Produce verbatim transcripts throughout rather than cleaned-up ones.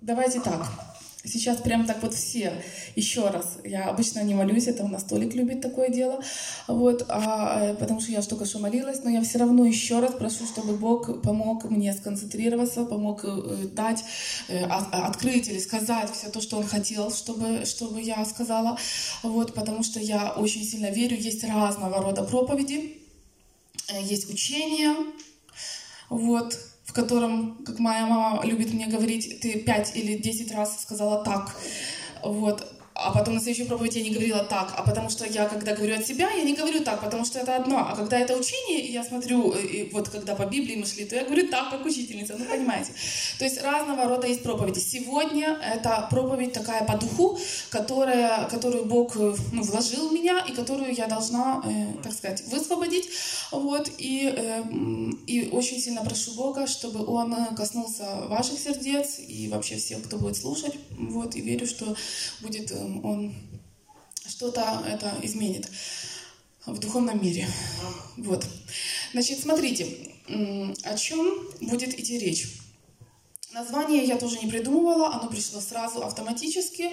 Давайте так. Сейчас прям так вот все, еще раз, я обычно не молюсь, это у нас Толик любит такое дело, вот, а, потому что я же только что молилась, но я все равно еще раз прошу, чтобы Бог помог мне сконцентрироваться, помог э, дать, э, открыть или сказать все то, что Он хотел, чтобы, чтобы я сказала, вот, потому что я очень сильно верю, есть разного рода проповеди, э, есть учения, вот, в котором, как моя мама любит мне говорить, ты пять или десять раз сказала так, вот, а потом на следующей проповеди я не говорила так, а потому что я, когда говорю от себя, я не говорю так, потому что это одно, а когда это учение, и я смотрю, и вот когда по Библии мы шли, то я говорю так, как учительница, ну, понимаете. То есть разного рода есть проповеди. Сегодня это проповедь такая по духу, которая, которую Бог, ну, вложил в меня, и которую я должна, э, так сказать, высвободить, вот, и, э, и очень сильно прошу Бога, чтобы Он коснулся ваших сердец и вообще всех, кто будет слушать, вот, и верю, что будет Он что-то это изменит в духовном мире. Вот. Значит, смотрите, о чем будет идти речь. Название я тоже не придумывала, оно пришло сразу автоматически,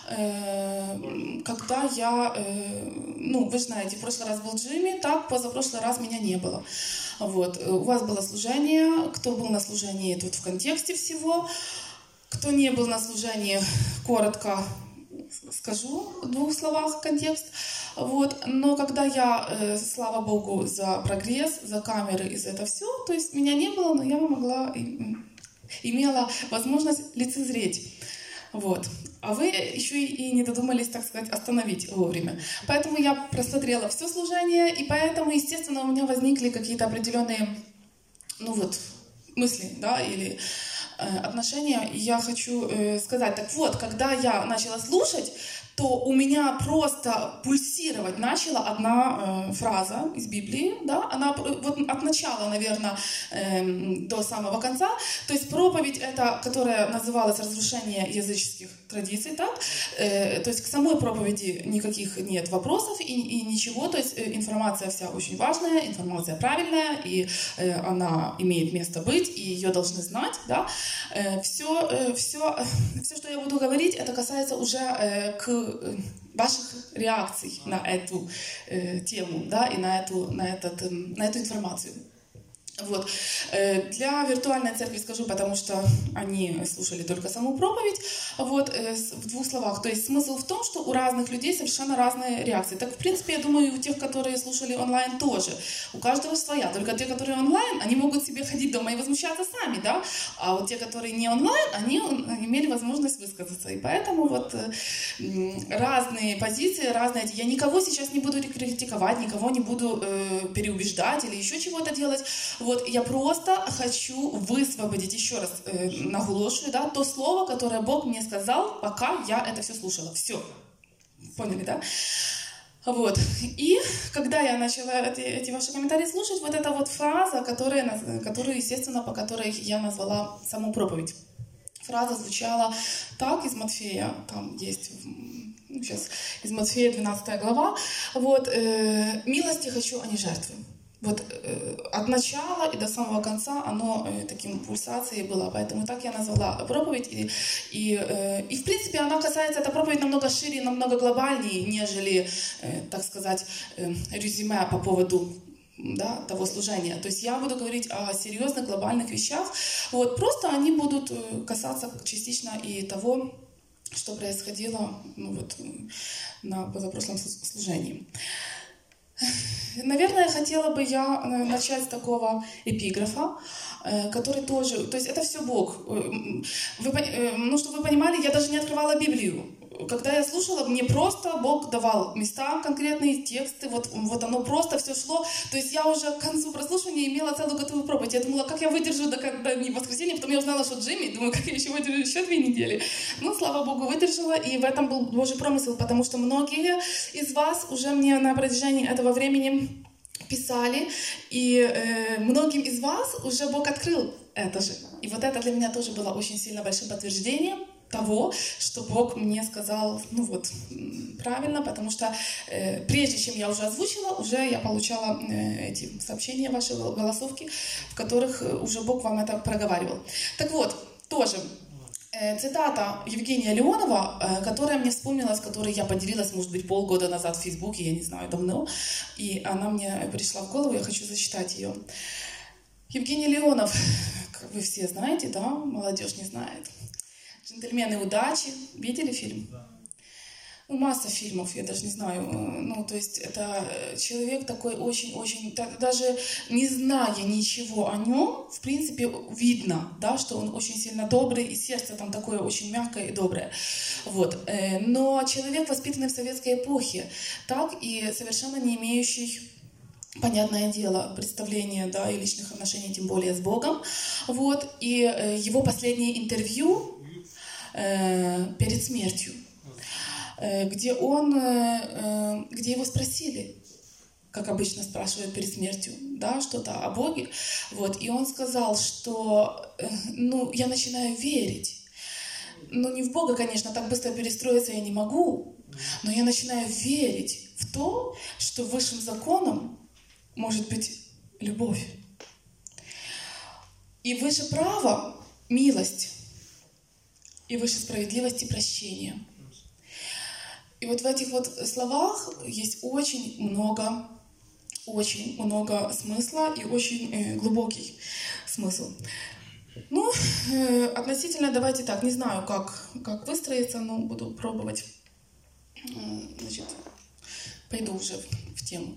когда я, ну, вы знаете, в прошлый раз был Джимми, так, позапрошлый раз меня не было. Вот. У вас было служение, кто был на служении, тут в контексте всего, кто не был на служении, коротко скажу в двух словах контекст. Вот. Но когда я, э, слава Богу, за прогресс, за камеры и за это все, то есть меня не было, но я могла, и, имела возможность лицезреть. Вот. А вы еще и не додумались, так сказать, остановить вовремя. Поэтому я просмотрела все служение, и поэтому, естественно, у меня возникли какие-то определенные, ну вот, мысли, да, или отношения, и я хочу э, сказать, так вот, когда я начала слушать, то у меня просто пульсировать начала одна э, фраза из Библии, да, она вот от начала, наверное, э, до самого конца, то есть проповедь эта, которая называлась «Разрушение языческих традиций», так, э, то есть к самой проповеди никаких нет вопросов и, и ничего, то есть э, информация вся очень важная, информация правильная, и э, она имеет место быть, и ее должны знать, да, э, все, э, все, э, все, что я буду говорить, это касается уже э, к ваших реакций на эту э, тему, да, и на эту, на, этот, э, на эту информацию. Вот. Для виртуальной церкви скажу, потому что они слушали только саму проповедь. Вот, в двух словах. То есть смысл в том, что у разных людей совершенно разные реакции. Так, в принципе, я думаю, и у тех, которые слушали онлайн, тоже. У каждого своя. Только те, которые онлайн, они могут себе ходить дома и возмущаться сами, да? А вот те, которые не онлайн, они имели возможность высказаться. И поэтому вот разные позиции, разные. Я никого сейчас не буду критиковать, никого не буду э, переубеждать или еще чего-то делать. Вот, я просто хочу высвободить, еще раз э, наголошую, да, то слово, которое Бог мне сказал, пока я это все слушала. Все. Поняли, да? Вот. И когда я начала эти, эти ваши комментарии слушать, вот эта вот фраза, которая, которую, естественно, по которой я назвала саму проповедь. Фраза звучала так из Матфея, там есть... Ну, сейчас, из Матфея двенадцатая глава. Вот, э, «Милости хочу, а не жертвы». Вот э, от начала и до самого конца оно э, таким пульсацией было, поэтому так я назвала проповедь. И, и, э, и в принципе она касается, эта проповедь намного шире, намного глобальнее, нежели, э, так сказать, э, резюме по поводу, да, того служения. То есть я буду говорить о серьезных глобальных вещах. Вот, просто они будут касаться частично и того, что происходило, ну, вот, на позапрошлом служении. Наверное, хотела бы я начать с такого эпиграфа, который тоже... То есть это все Бог. Вы, ну, чтобы вы понимали, я даже не открывала Библию. Когда я слушала, мне просто Бог давал места конкретные, тексты, вот, вот оно просто все шло. То есть я уже к концу прослушивания имела целую готовую проповедь. Я думала, как я выдержу до, до не воскресенья, потом я узнала, что Джимми, думаю, как я еще выдержу еще две недели. Ну, слава Богу, выдержала, и в этом был Божий промысел, потому что многие из вас уже мне на протяжении этого времени писали, и э, многим из вас уже Бог открыл это же. И вот это для меня тоже было очень сильно большим подтверждением того, что Бог мне сказал, ну вот, правильно, потому что э, прежде чем я уже озвучила, уже я получала э, эти сообщения, ваши голосовки, в которых уже Бог вам это проговаривал. Так вот, тоже, Цитата Евгения Леонова, которая мне вспомнилась, которой я поделилась, может быть, полгода назад в Фейсбуке, я не знаю, давно, и она мне пришла в голову, я хочу зачитать ее. Евгений Леонов, как вы все знаете, да, молодежь не знает. «Джентльмены удачи». Видели фильм? Да. Ну, масса фильмов, я даже не знаю. Ну, то есть это человек такой очень-очень... Даже не зная ничего о нем, в принципе, видно, да, что он очень сильно добрый, и сердце там такое очень мягкое и доброе. Вот. Но человек, воспитанный в советской эпохе, так и совершенно не имеющий, понятное дело, представления, да, и личных отношений, тем более с Богом. Вот. И его последнее интервью э, перед смертью, где он, где его спросили, как обычно спрашивают перед смертью, да, что-то о Боге, вот, и он сказал, что, ну, я начинаю верить, ну, не в Бога, конечно, так быстро перестроиться я не могу, но я начинаю верить в то, что высшим законом может быть любовь, и выше права милость, и выше справедливости прощение. И вот в этих вот словах есть очень много, очень много смысла и очень э, глубокий смысл. Ну, э, относительно, давайте так, не знаю, как, как выстроиться, но буду пробовать. Э, значит, пойду уже в, в тему.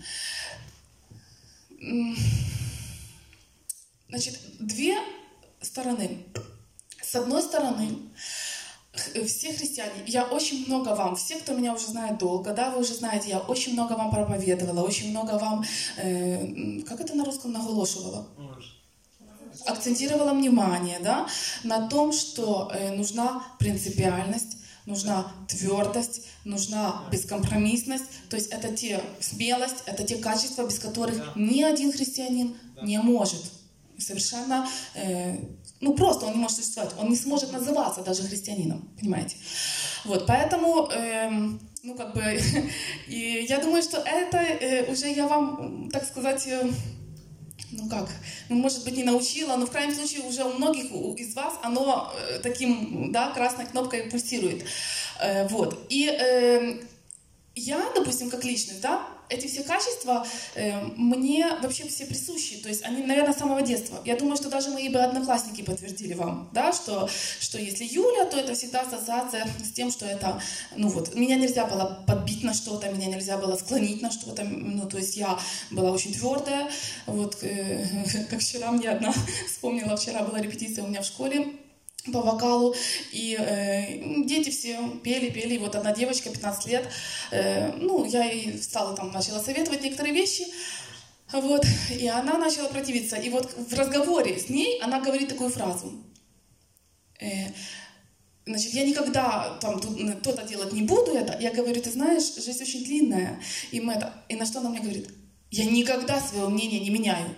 Значит, две стороны. С одной стороны, все христиане, я очень много вам, все, кто меня уже знает долго, да, вы уже знаете, я очень много вам проповедовала, очень много вам, э, как это на русском, наголошивала? Акцентировала внимание, да, на том, что э, нужна принципиальность, нужна твердость, нужна бескомпромиссность, то есть это те смелость, это те качества, без которых ни один христианин не может. Совершенно, э, ну просто он не может существовать, он не сможет называться даже христианином, понимаете? Вот, поэтому, э, ну как бы, и я думаю, что это э, уже я вам, так сказать, э, ну как, ну может быть не научила, но в крайнем случае уже у многих из вас оно э, таким, да, красной кнопкой пульсирует. Э, вот, и э, я, допустим, как личность, да, эти все качества э, мне вообще все присущи, то есть они, наверное, с самого детства. Я думаю, что даже мои бы одноклассники подтвердили вам, да, что, что если Юля, то это всегда ассоциация с тем, что это, ну вот, меня нельзя было подбить на что-то, меня нельзя было склонить на что-то, ну, то есть я была очень твердая, вот, э, как вчера мне одна вспомнила, вчера была репетиция у меня в школе по вокалу, и э, дети все пели, пели, и вот одна девочка, пятнадцать лет, э, ну, я ей стала там, начала советовать некоторые вещи, вот, и она начала противиться, и вот в разговоре с ней она говорит такую фразу, э, значит, я никогда там то-то делать не буду, это, я говорю, ты знаешь, жизнь очень длинная, и, мы это, и на что она мне говорит, я никогда своего мнения не меняю.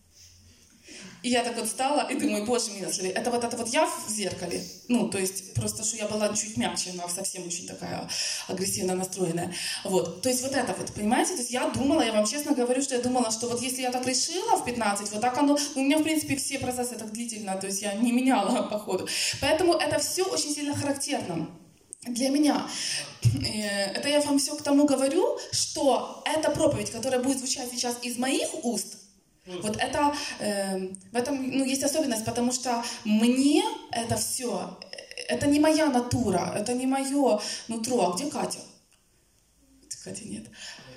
И я так вот встала и думаю, боже милостливый, это вот это вот я в зеркале. Ну, то есть просто, что я была чуть мягче, но совсем очень такая агрессивно настроенная. Вот, то есть вот это вот, понимаете? То есть я думала, я вам честно говорю, что я думала, что вот если я так решила в пятнадцать, вот так оно, у меня в принципе все процессы так длительно, то есть я не меняла по ходу. Поэтому это все очень сильно характерно для меня. Это я вам все к тому говорю, что эта проповедь, которая будет звучать сейчас из моих уст, вот это, э, в этом, ну, есть особенность, потому что мне это все, это не моя натура, это не мое нутро. А где Катя? Кати нет.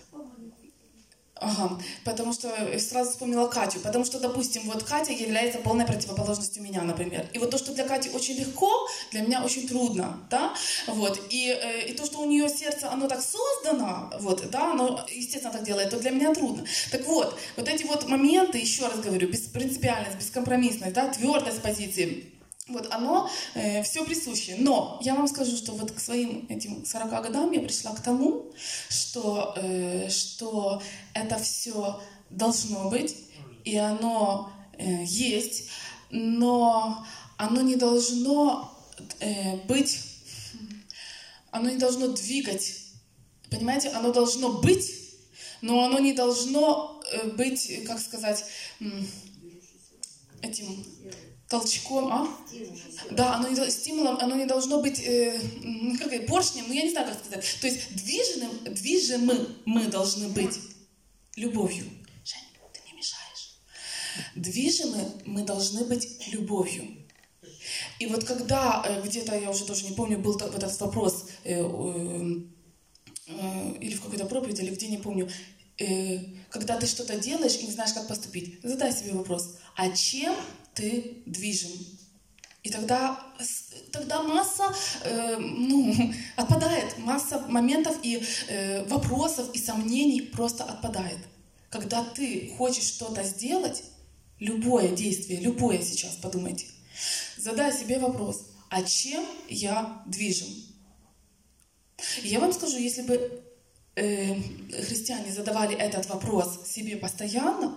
Ага, потому что сразу вспомнила Катю, потому что, допустим, вот Катя является полной противоположностью меня, например. И вот то, что для Кати очень легко, для меня очень трудно, да, вот. И, э, и то, что у нее сердце, оно так создано, вот, да, оно, естественно, так делает, то для меня трудно. Так вот, вот эти вот моменты, еще раз говорю, беспринципиальность, бескомпромиссность, да, твердость позиции, вот оно э, все присуще. Но я вам скажу, что вот к своим этим сорока годам я пришла к тому, что, э, что это все должно быть, и оно э, есть, но оно не должно э, быть, оно не должно двигать, понимаете, оно должно быть, но оно не должно э, быть, как сказать, этим... толчком, а? Да, оно не, стимулом, оно не должно быть э, как, поршнем, ну я не знаю, как сказать. То есть движимым, движимы мы должны быть любовью. Женя, ты не мешаешь. Движимы мы должны быть любовью. И вот когда э, где-то, я уже тоже не помню, был вот этот вопрос, э, э, э, или в какой-то проповеди, или где, не помню, э, когда ты что-то делаешь и не знаешь, как поступить, задай себе вопрос, а чем ты движим? И тогда, тогда масса э, ну, отпадает, масса моментов и э, вопросов, и сомнений просто отпадает. Когда ты хочешь что-то сделать, любое действие, любое сейчас, подумайте, задай себе вопрос, а чем я движим? И я вам скажу, если бы э, христиане задавали этот вопрос себе постоянно,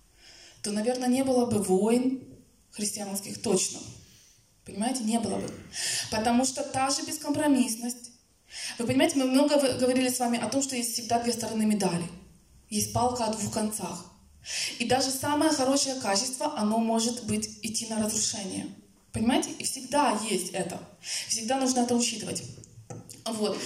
то, наверное, не было бы войн христианских точно. Понимаете, не было бы. Потому что та же бескомпромиссность. Вы понимаете, мы много говорили с вами о том, что есть всегда две стороны медали. Есть палка о двух концах. И даже самое хорошее качество, оно может быть идти на разрушение. Понимаете? И всегда есть это. Всегда нужно это учитывать. Вот.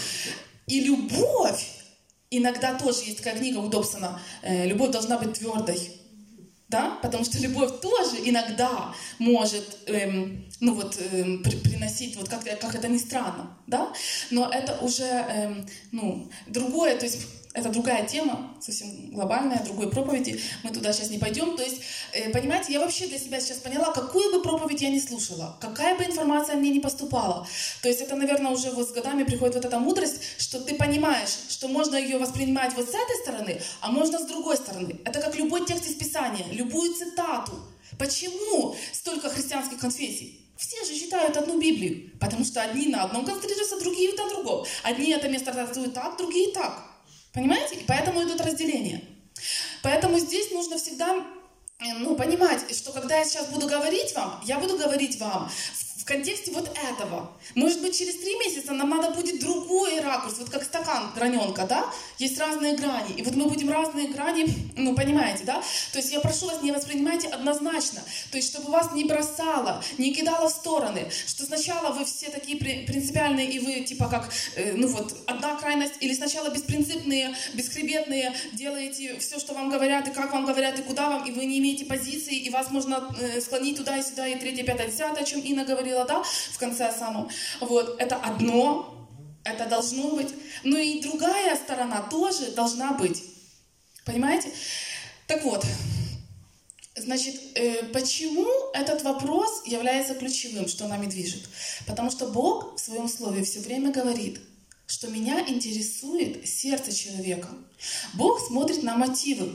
И любовь, иногда тоже есть такая книга у Добсона, «Любовь должна быть твердой». Да? Потому что любовь тоже иногда может эм, ну вот, эм, при, приносить, вот как, как это ни странно, да? Но это уже эм, ну, другое, то есть это другая тема, совсем глобальная, другой проповеди, мы туда сейчас не пойдем. То есть, э, понимаете, я вообще для себя сейчас поняла, какую бы проповедь я ни слушала, какая бы информация мне не поступала. То есть это, наверное, уже вот с годами приходит вот эта мудрость, что ты понимаешь, что можно ее воспринимать вот с этой стороны, а можно с другой стороны. Это как любой текст из Писания, любую цитату. Почему столько христианских конфессий? Все же читают одну Библию, потому что одни на одном концентрируются, другие на другом. Одни это место трактуют так, другие так. Понимаете? И поэтому идут разделения. Поэтому здесь нужно всегда ну, понимать, что когда я сейчас буду говорить вам, я буду говорить вам в контексте вот этого. Может быть, через три месяца нам надо будет другой ракурс, вот как стакан граненка, да? Есть разные грани. И вот мы будем разные грани, ну, понимаете, да? То есть я прошу вас, не воспринимайте однозначно. То есть, чтобы вас не бросало, не кидало в стороны. Что сначала вы все такие принципиальные, и вы, типа, как, э, ну вот, одна крайность, или сначала беспринципные, бесхребетные, делаете все, что вам говорят, и как вам говорят, и куда вам, и вы не имеете позиции, и вас можно э, склонить туда и сюда, и третье, пятое, десятое, о чем Инна говорила, да, в конце самом. Вот, это одно, это должно быть. Но и другая сторона тоже должна быть. Понимаете? Так вот, значит, э, почему этот вопрос является ключевым, что нами движет? Потому что Бог в своем слове все время говорит, что меня интересует сердце человека. Бог смотрит на мотивы.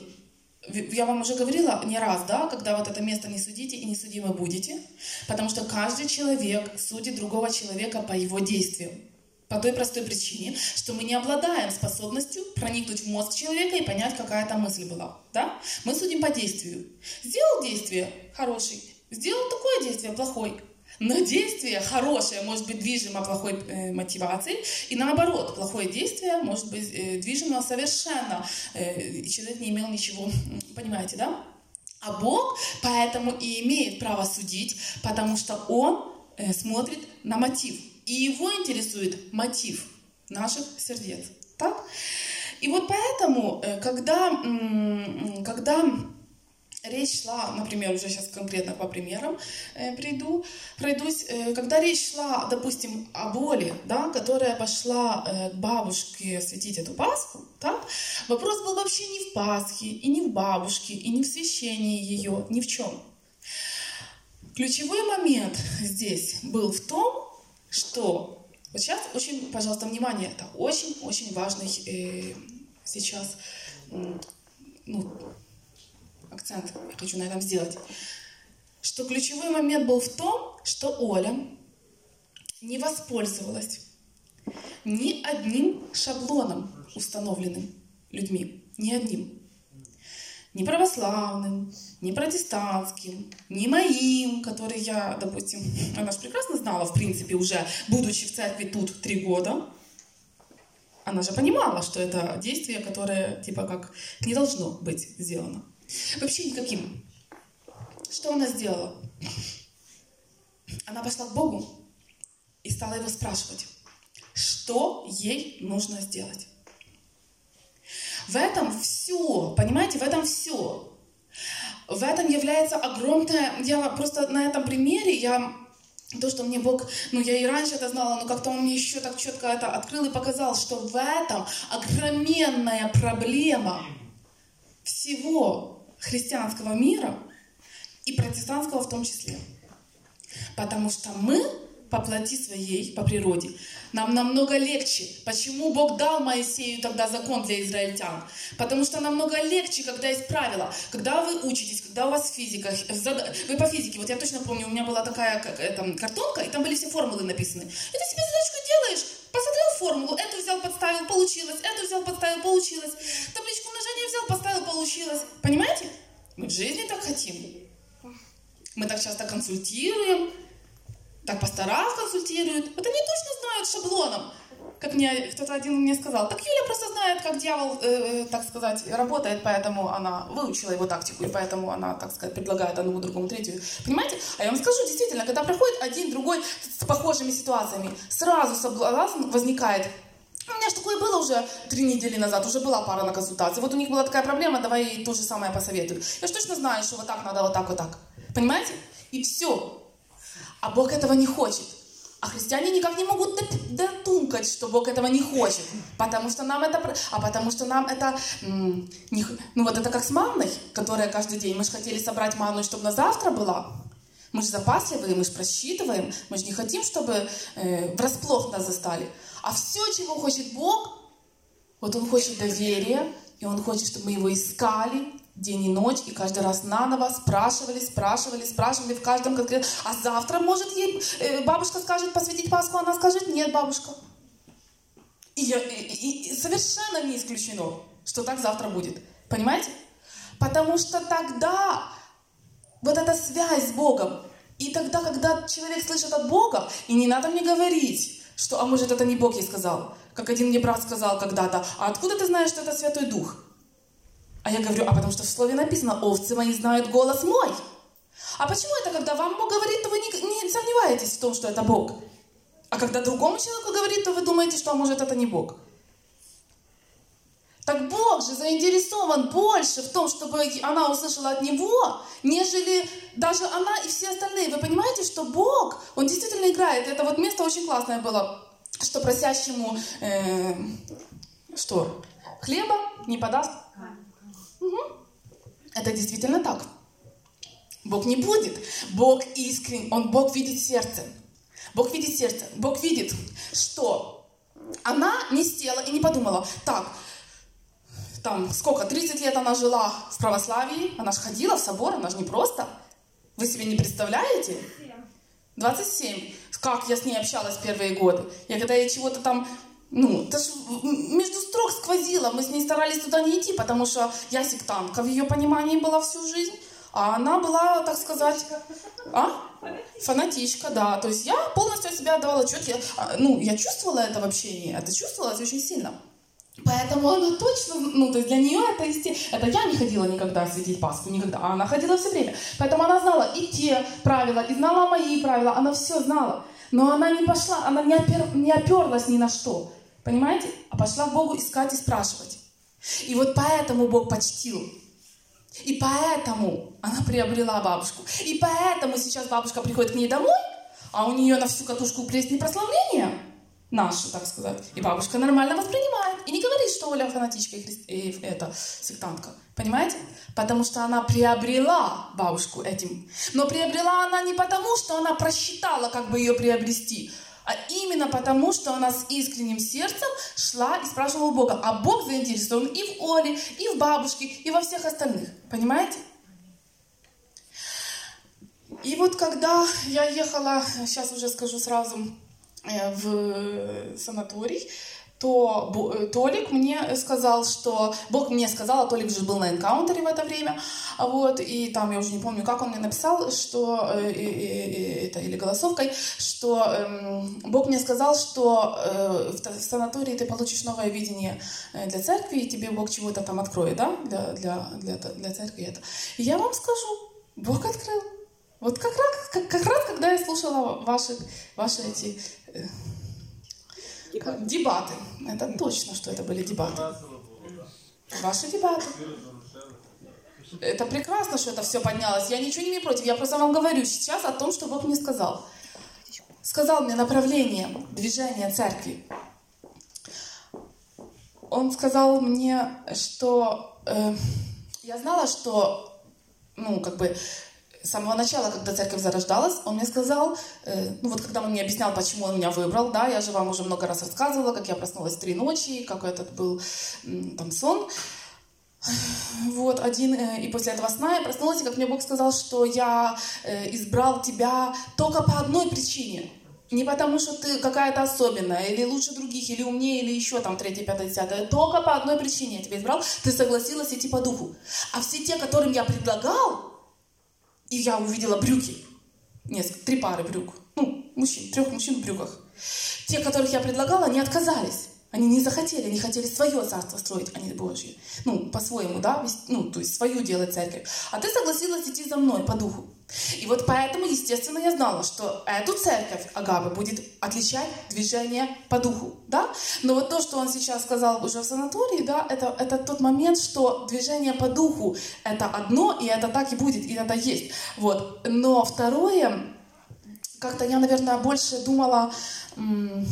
Я вам уже говорила не раз, да, когда вот это место «не судите и не судимы будете», потому что каждый человек судит другого человека по его действиям. По той простой причине, что мы не обладаем способностью проникнуть в мозг человека и понять, какая там мысль была. Да? Мы судим по действию. Сделал действие – хороший, сделал такое действие – плохой. Но действие хорошее может быть движимо плохой э, мотивацией, и наоборот, плохое действие может быть э, движимо совершенно, э, и человек не имел ничего, понимаете, да? А Бог поэтому и имеет право судить, потому что Он э, смотрит на мотив, и Его интересует мотив наших сердец, так? И вот поэтому, э, когда, м- когда речь шла, например, уже сейчас конкретно по примерам э, приду, пройдусь, э, когда речь шла, допустим, о боли, да, которая пошла э, к бабушке светить эту Пасху, так, вопрос был вообще не в Пасхе, и не в бабушке, и не в священии ее, ни в чем. Ключевой момент здесь был в том, что, вот сейчас очень, пожалуйста, внимание, это очень-очень важный э, сейчас, э, ну, акцент я хочу на этом сделать, что ключевой момент был в том, что Оля не воспользовалась ни одним шаблоном, установленным людьми, ни одним. Ни православным, ни протестантским, ни моим, который я, допустим, она же прекрасно знала, в принципе, уже, будучи в церкви тут три года, она же понимала, что это действие, которое, типа, как не должно быть сделано. Вообще никаким. Что она сделала? она пошла к Богу и стала его спрашивать, что ей нужно сделать. В этом все, понимаете, в этом все. В этом является огромное, я просто на этом примере, я, то, что мне Бог, ну я и раньше это знала, но как-то Он мне еще так четко это открыл и показал, что в этом огроменная проблема всего христианского мира и протестантского в том числе. Потому что мы по плоти своей, по природе, нам намного легче. Почему Бог дал Моисею тогда закон для израильтян? Потому что намного легче, когда есть правила. Когда вы учитесь, когда у вас физика, вы по физике, вот я точно помню, у меня была такая как, там, картонка, и там были все формулы написаны. И ты себе задачку делаешь, посмотрел формулу, эту взял, подставил, получилось, эту взял, подставил, получилось, табличку умножения взял, поставил, получилось. Понимаете? Мы в жизни так хотим. Мы так часто консультируем, так пастора консультируют. Вот они точно знают шаблоном. Как мне кто-то один мне сказал, так Юля просто знает, как дьявол, э, так сказать, работает, поэтому она выучила его тактику, и поэтому она, так сказать, предлагает одному, другому, третью. Понимаете? А я вам скажу, действительно, когда проходит один, другой с похожими ситуациями, сразу соблазн возникает. У меня же такое было уже три недели назад, уже была пара на консультации. Вот у них была такая проблема, давай ей то же самое посоветую. Я же точно знаю, что вот так надо, вот так, вот так. Понимаете? И все. А Бог этого не хочет. А христиане никак не могут дотумкать, что Бог этого не хочет. Потому что нам это... А потому что нам это... М, не, ну вот это как с манной, которая каждый день. Мы же хотели собрать манну, чтобы на завтра была. Мы же запасливые, мы же просчитываем. Мы же не хотим, чтобы э, врасплох нас застали. А все, чего хочет Бог, вот Он хочет доверия, и Он хочет, чтобы мы Его искали день и ночь, и каждый раз наново спрашивали, спрашивали, спрашивали в каждом конкретном. А завтра, может, ей э, бабушка скажет посвятить Пасху, она скажет, нет, бабушка. И, я, и, и, и совершенно не исключено, что так завтра будет. Понимаете? Потому что тогда вот эта связь с Богом, и тогда, когда человек слышит от Бога, и не надо мне говорить, что, а может, это не Бог ей сказал. Как один мне брат сказал когда-то, а откуда ты знаешь, что это Святой Дух? А я говорю, а потому что в слове написано, овцы мои знают голос мой. А почему это, когда вам Бог говорит, то вы не, не сомневаетесь в том, что это Бог? А когда другому человеку говорит, то вы думаете, что, а может, это не Бог? Так Бог же заинтересован больше в том, чтобы она услышала от Него, нежели даже она и все остальные. Вы понимаете, что Бог, Он действительно играет. Это вот место очень классное было, что просящему, э, что, хлеба не подаст. Угу. Это действительно так. Бог не будет. Бог искренен. Он, Бог видит сердце. Бог видит сердце. Бог видит, что она не села и не подумала, так, там, сколько, тридцать лет она жила в православии, она же ходила в собор, она же не просто. Вы себе не представляете? двадцать семь. Как я с ней общалась первые годы. Я когда ей чего-то там, ну, даже между строк сквозила, мы с ней старались туда не идти, потому что я сектантка в ее понимании была всю жизнь, а она была, так сказать, а? Фанатичка, да. То есть я полностью себя отдавала отчет, я, ну, я чувствовала это в общении, это чувствовалось очень сильно. Поэтому она точно, ну, то есть для нее это, это я не ходила никогда светить Пасху, никогда, а она ходила все время. Поэтому она знала и те правила, и знала мои правила, она все знала. Но она не пошла, она не, опер, не оперлась ни на что, понимаете? А пошла к Богу искать и спрашивать. И вот поэтому Бог почтил. И поэтому она приобрела бабушку. И поэтому сейчас бабушка приходит к ней домой, а у нее на всю катушку плесни прославления. Нашу, так сказать. И бабушка нормально воспринимает. И не говорит, что Оля фанатичка и, хри... и это, сектантка. Понимаете? Потому что она приобрела бабушку этим. Но приобрела она не потому, что она просчитала, как бы ее приобрести, а именно потому, что она с искренним сердцем шла и спрашивала Бога. А Бог заинтересован и в Оле, и в бабушке, и во всех остальных. Понимаете? И вот когда я ехала, сейчас уже скажу сразу, в санаторий, то Толик мне сказал, что... Бог мне сказал, а Толик же был на энкаунтере в это время, вот, и там, я уже не помню, как он мне написал, что... Э, э, это, или голосовкой, что э, Бог мне сказал, что э, в санатории ты получишь новое видение для церкви, и тебе Бог чего-то там откроет, да, для, для, для, для церкви это. И я вам скажу, Бог открыл. Вот как раз, как, как раз когда я слушала ваши, ваши эти э, дебаты. дебаты, это точно, что это были дебаты. Ваши дебаты. Это прекрасно, что это все поднялось. Я ничего не имею против. Я просто вам говорю сейчас о том, что Бог мне сказал. Сказал мне направление движения церкви. Он сказал мне, что э, я знала, что, ну, как бы, с самого начала, когда церковь зарождалась, он мне сказал, э, ну, вот когда он мне объяснял, почему он меня выбрал, да, я же вам уже много раз рассказывала, как я проснулась в три ночи, какой этот был там сон. Вот, один, э, и после этого сна я проснулась, и как мне Бог сказал, что я э, избрал тебя только по одной причине. Не потому, что ты какая-то особенная, или лучше других, или умнее, или еще там третье, пятое, десятое. Только по одной причине я тебя избрал, ты согласилась идти по духу. А все те, которым я предлагал, и я увидела брюки, несколько, три пары брюк, ну, мужчин, трех мужчин в брюках. Те, которых я предлагала, они отказались. Они не захотели, они хотели свое царство строить, а не Божье. Ну, по-своему, да, ну, то есть свою делать церковь. А ты согласилась идти за мной по духу. И вот поэтому, естественно, я знала, что эту церковь Агапы будет отличать движение по духу, да. Но вот то, что он сейчас сказал уже в санатории, да, это, это тот момент, что движение по духу — это одно, и это так и будет, и это есть. Вот. Но второе, как-то я, наверное, больше думала... М-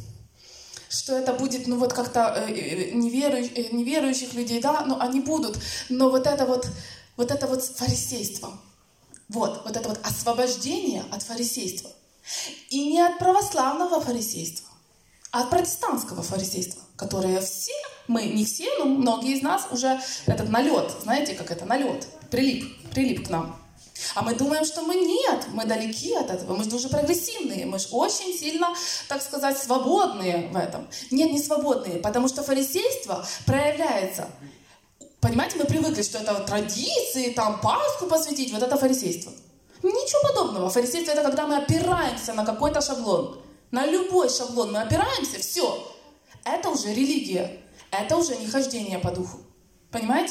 что это будет, ну вот как-то э, неверу, э, неверующих людей, да, но они будут, но вот это вот, вот это вот фарисейство, вот, вот это вот освобождение от фарисейства. И не от православного фарисейства, а от протестантского фарисейства, которое все, мы не все, но многие из нас уже этот налет, знаете, как это, налет, прилип, прилип к нам. А мы думаем, что мы нет, мы далеки от этого, мы же уже прогрессивные, мы же очень сильно, так сказать, свободные в этом. Нет, не свободные, потому что фарисейство проявляется. Понимаете, мы привыкли, что это вот традиции, там Пасху посвятить, вот это фарисейство. Ничего подобного. Фарисейство — это когда мы опираемся на какой-то шаблон. На любой шаблон мы опираемся, все. Это уже религия, это уже не хождение по духу. Понимаете?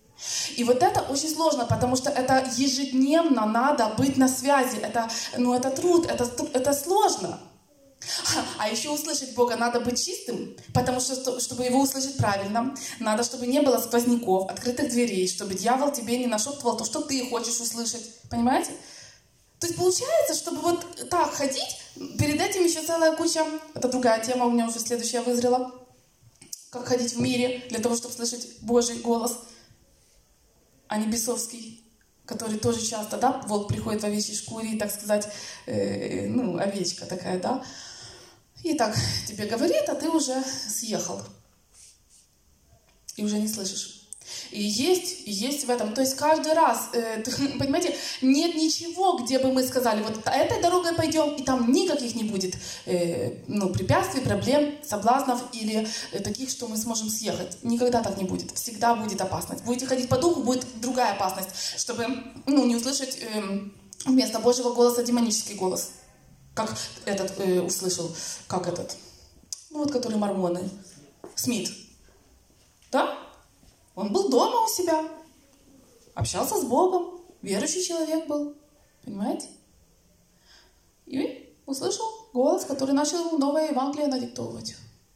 И вот это очень сложно, потому что это ежедневно надо быть на связи. Это, ну, это труд, это, это сложно. А еще услышать Бога надо быть чистым, потому что, чтобы его услышать правильно, надо, чтобы не было сквозняков, открытых дверей, чтобы дьявол тебе не нашептывал то, что ты хочешь услышать. Понимаете? То есть получается, чтобы вот так ходить, перед этим еще целая куча, это другая тема, у меня уже следующая вызрела, как ходить в мире для того, чтобы слышать Божий голос, а не бесовский, который тоже часто, да, волк приходит в овечьей шкуре, так сказать, э, ну, овечка такая, да, и так тебе говорит, а ты уже съехал, и уже не слышишь. И есть, и есть в этом, то есть каждый раз, э, понимаете, нет ничего, где бы мы сказали, вот этой дорогой пойдем, и там никаких не будет, э, ну, препятствий, проблем, соблазнов или э, таких, что мы сможем съехать. Никогда так не будет, всегда будет опасность. Будете ходить по духу, будет другая опасность, чтобы, ну, не услышать э, вместо Божьего голоса демонический голос, как этот э, услышал, как этот, ну, вот который мормоны, Смит, да? Он был дома у себя, общался с Богом, верующий человек был, понимаете? И услышал голос, который начал ему новое Евангелие надиктовывать.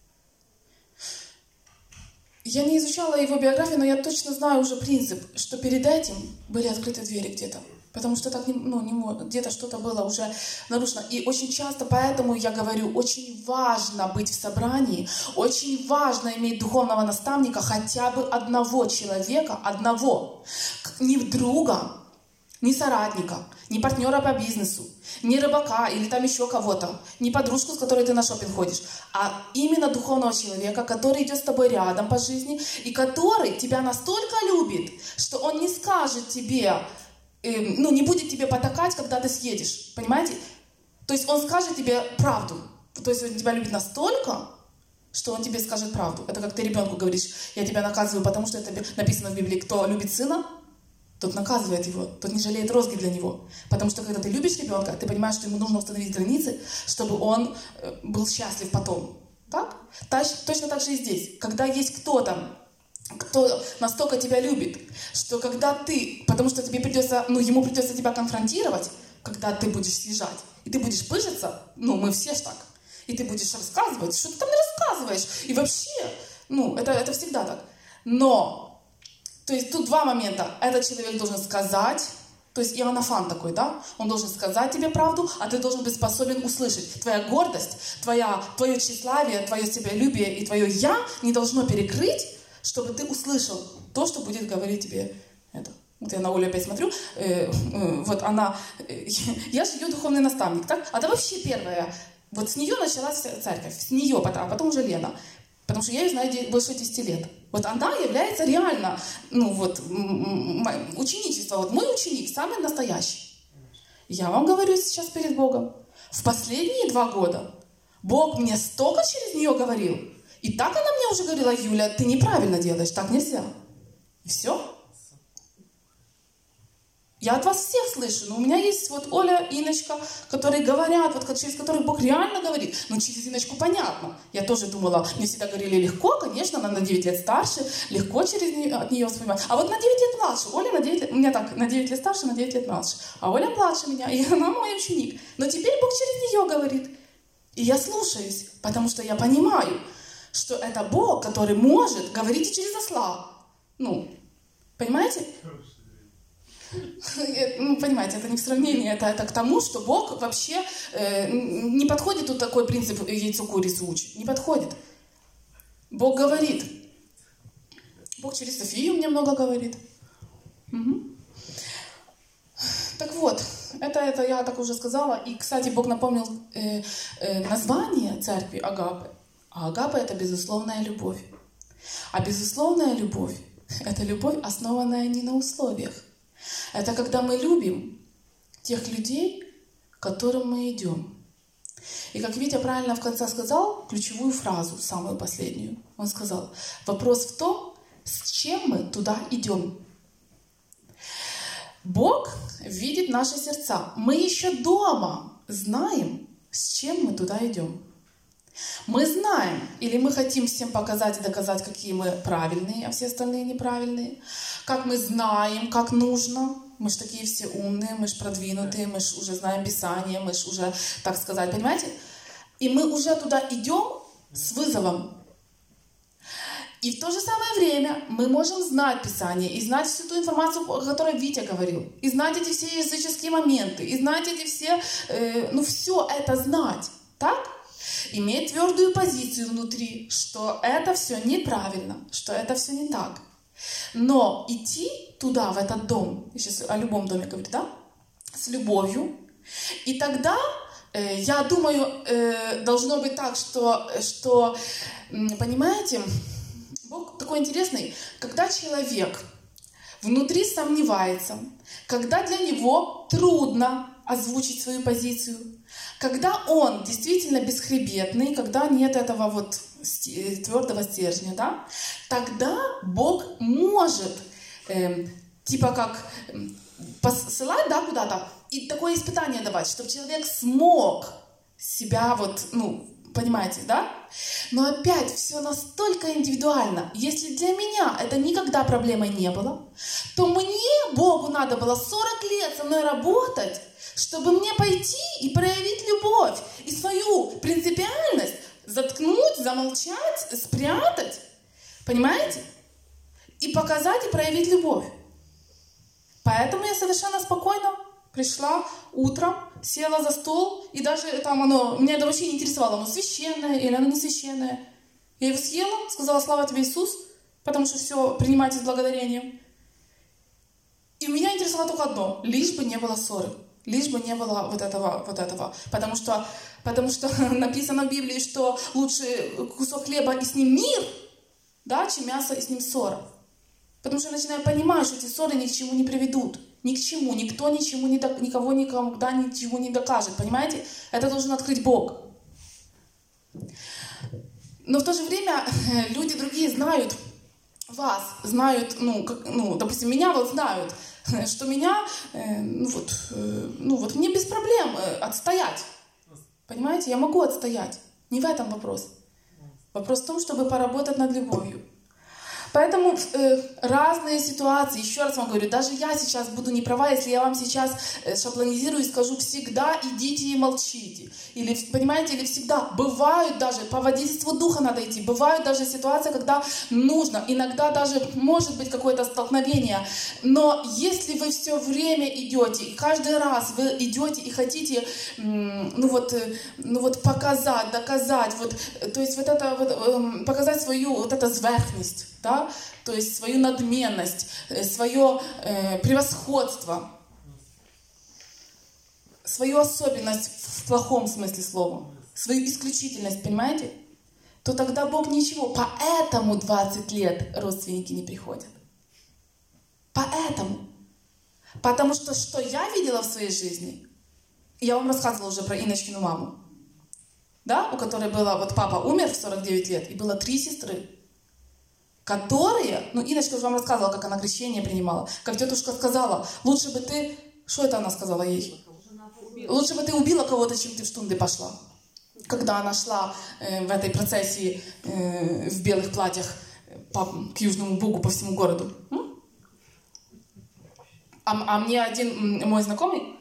Я не изучала его биографию, но я точно знаю уже принцип, что перед этим были открыты двери где-то. Потому что так, ну, не, где-то что-то было уже нарушено. И очень часто поэтому я говорю, очень важно быть в собрании, очень важно иметь духовного наставника, хотя бы одного человека, одного. Не друга, не соратника, не партнера по бизнесу, не рыбака или там еще кого-то, не подружку, с которой ты на шопинг ходишь, а именно духовного человека, который идет с тобой рядом по жизни и который тебя настолько любит, что он не скажет тебе, ну, не будет тебе потакать, когда ты съедешь, понимаете? То есть он скажет тебе правду. То есть он тебя любит настолько, что он тебе скажет правду. Это как ты ребенку говоришь, я тебя наказываю, потому что это написано в Библии, кто любит сына, тот наказывает его, тот не жалеет розги для него. Потому что когда ты любишь ребенка, ты понимаешь, что ему нужно установить границы, чтобы он был счастлив потом. Так? Точно так же и здесь. Когда есть кто-то, кто настолько тебя любит, что когда ты, потому что тебе придется, ну, ему придется тебя конфронтировать, когда ты будешь съезжать, и ты будешь пыжиться, ну, мы все ж так, и ты будешь рассказывать, что ты там не рассказываешь, и вообще, ну, это, это всегда так. Но, то есть тут два момента. Этот человек должен сказать, то есть Иоаннафан такой, да, он должен сказать тебе правду, а ты должен быть способен услышать. Твоя гордость, твоя, твое тщеславие, твое себялюбие и твое «я» не должно перекрыть, чтобы ты услышал то, что будет говорить тебе это. Вот я на Олю опять смотрю, э, э, вот она, э, я же ее духовный наставник, так? А это вообще первое, вот с нее началась церковь, с нее, а потом уже Лена, потому что я ее знаю больше десяти лет. Вот она является реально, ну вот, ученичество, вот мой ученик, самый настоящий. Я вам говорю сейчас перед Богом, в последние два года Бог мне столько через нее говорил, и так она мне уже говорила: Юля, ты неправильно делаешь, так нельзя. И все. Я от вас всех слышу, но у меня есть вот Оля, Иночка, которые говорят, вот через которых Бог реально говорит. Но через Иночку понятно. Я тоже думала, мне всегда говорили легко, конечно, она на девять лет старше, легко через нее, от нее воспринимать. А вот на девять лет младше, Оля на девять лет, у меня так, на девять лет старше, на девять лет младше. А Оля младше меня, и она мой ученик. Но теперь Бог через нее говорит. И я слушаюсь, потому что я понимаю, что это Бог, который может говорить и через осла. Ну, понимаете? Ну, понимаете, это не в сравнении, это, это к тому, что Бог вообще э, не подходит тут такой принцип яйцо курицу учит. Не подходит. Бог говорит. Бог через Софию мне много говорит. Угу. Так вот, это, это я так уже сказала. И, кстати, Бог напомнил э, э, название церкви Агапы. А Агапа — это безусловная любовь. А безусловная любовь — это любовь, основанная не на условиях. Это когда мы любим тех людей, к которым мы идем. И как Витя правильно в конце сказал, ключевую фразу, самую последнюю, он сказал: вопрос в том, с чем мы туда идем. Бог видит наши сердца. Мы еще дома знаем, с чем мы туда идем. Мы знаем, или мы хотим всем показать и доказать, какие мы правильные, а все остальные неправильные. Как мы знаем, как нужно. Мы ж такие все умные, мы ж продвинутые, мы ж уже знаем Писание, мы ж уже, так сказать, понимаете? И мы уже туда идем с вызовом. И в то же самое время мы можем знать Писание и знать всю ту информацию, о которой Витя говорил. И знать эти все языческие моменты, и знать эти все, э, ну все это знать. Так? Иметь твердую позицию внутри, что это все неправильно, что это все не так. Но идти туда, в этот дом, я сейчас о любом доме говорю, да, с любовью, и тогда, э, я думаю, э, должно быть так, что, что, понимаете, Бог такой интересный, когда человек внутри сомневается, когда для него трудно озвучить свою позицию, когда он действительно бесхребетный, когда нет этого вот твердого стержня, да, тогда Бог может э, типа как посылать, да, куда-то и такое испытание давать, чтобы человек смог себя вот, ну, понимаете, да? Но опять все настолько индивидуально. Если для меня это никогда проблемой не было, то мне, Богу, надо было сорок лет со мной работать, чтобы мне пойти и проявить любовь и свою принципиальность заткнуть, замолчать, спрятать, понимаете? И показать, и проявить любовь. Поэтому я совершенно спокойно пришла утром, села за стол, и даже там оно, меня это вообще не интересовало, оно священное или оно не священное. Я его съела, сказала: слава тебе, Иисус, потому что все принимайте с благодарением. И меня интересовало только одно, лишь бы не было ссоры. Лишь бы не было вот этого, вот этого. Потому что, потому что написано в Библии, что лучше кусок хлеба и с ним мир, да, чем мясо и с ним ссора. Потому что я начинаю понимать, что эти ссоры ни к чему не приведут. Ни к чему. Никто ничему не до, никого никогда ничего не докажет. Понимаете? Это должен открыть Бог. Но в то же время люди другие знают вас, знают, ну, как, ну допустим, меня вот знают, что меня, э, ну, вот, э, ну вот мне без проблем э, отстоять. Понимаете? Я могу отстоять. Не в этом вопрос. Вопрос в том, чтобы поработать над любовью. Поэтому э, разные ситуации, еще раз вам говорю, даже я сейчас буду не права, если я вам сейчас э, шаблонизирую и скажу всегда идите и молчите. Или, понимаете, или всегда. Бывают даже, по водительству духа надо идти, бывают даже ситуации, когда нужно, иногда даже может быть какое-то столкновение. Но если вы все время идете, и каждый раз вы идете и хотите, ну вот, ну вот показать, доказать, вот, то есть вот это вот, показать свою вот эту зверхность, да, то есть свою надменность, свое э, превосходство, свою особенность в плохом смысле слова, свою исключительность, понимаете, то тогда Бог ничего. Поэтому двадцать лет родственники не приходят. Поэтому. Потому что что я видела в своей жизни, я вам рассказывала уже про Инночкину маму, да, у которой было, вот папа умер в сорок девять лет, и было три сестры, которые, ну, Инночка уже вам рассказывала, как она крещение принимала, как тетушка сказала, лучше бы ты, что это она сказала ей? Лучше бы ты убила кого-то, чем ты в штунды пошла. Когда она шла э, в этой процессии э, в белых платьях по, к Южному Бугу по всему городу. М? А, а мне один мой знакомый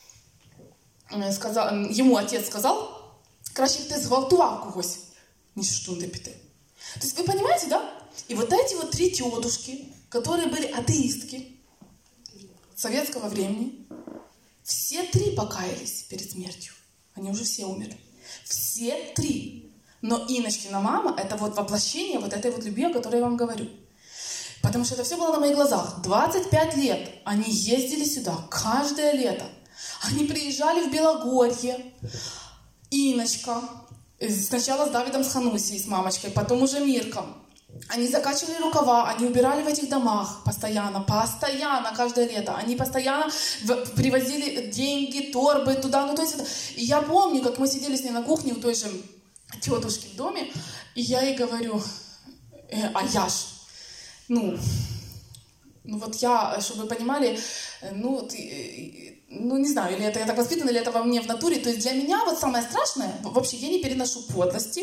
э, сказал, ему отец сказал, краще ты зґвалтував когось, ніж в штунди піти. То есть вы понимаете, да? И вот эти вот три тетушки, которые были атеистки советского времени, все три покаялись перед смертью. Они уже все умерли. Все три. Но Инночкина мама — это вот воплощение вот этой вот любви, о которой я вам говорю. Потому что это все было на моих глазах. двадцать пять лет они ездили сюда каждое лето. Они приезжали в Белогорье. Инночка. Сначала с Давидом с Ханусией, с мамочкой, потом уже Мирком. Они закачивали рукава, они убирали в этих домах постоянно, постоянно, каждое лето. Они постоянно привозили деньги, торбы туда, ну то есть... И я помню, как мы сидели с ней на кухне у той же тетушки в доме, и я ей говорю, э, а я ж, ну, ну вот я, чтобы вы понимали, ну, ты, ну не знаю, или это я так воспитана, или это во мне в натуре, то есть для меня вот самое страшное, вообще я не переношу подлости,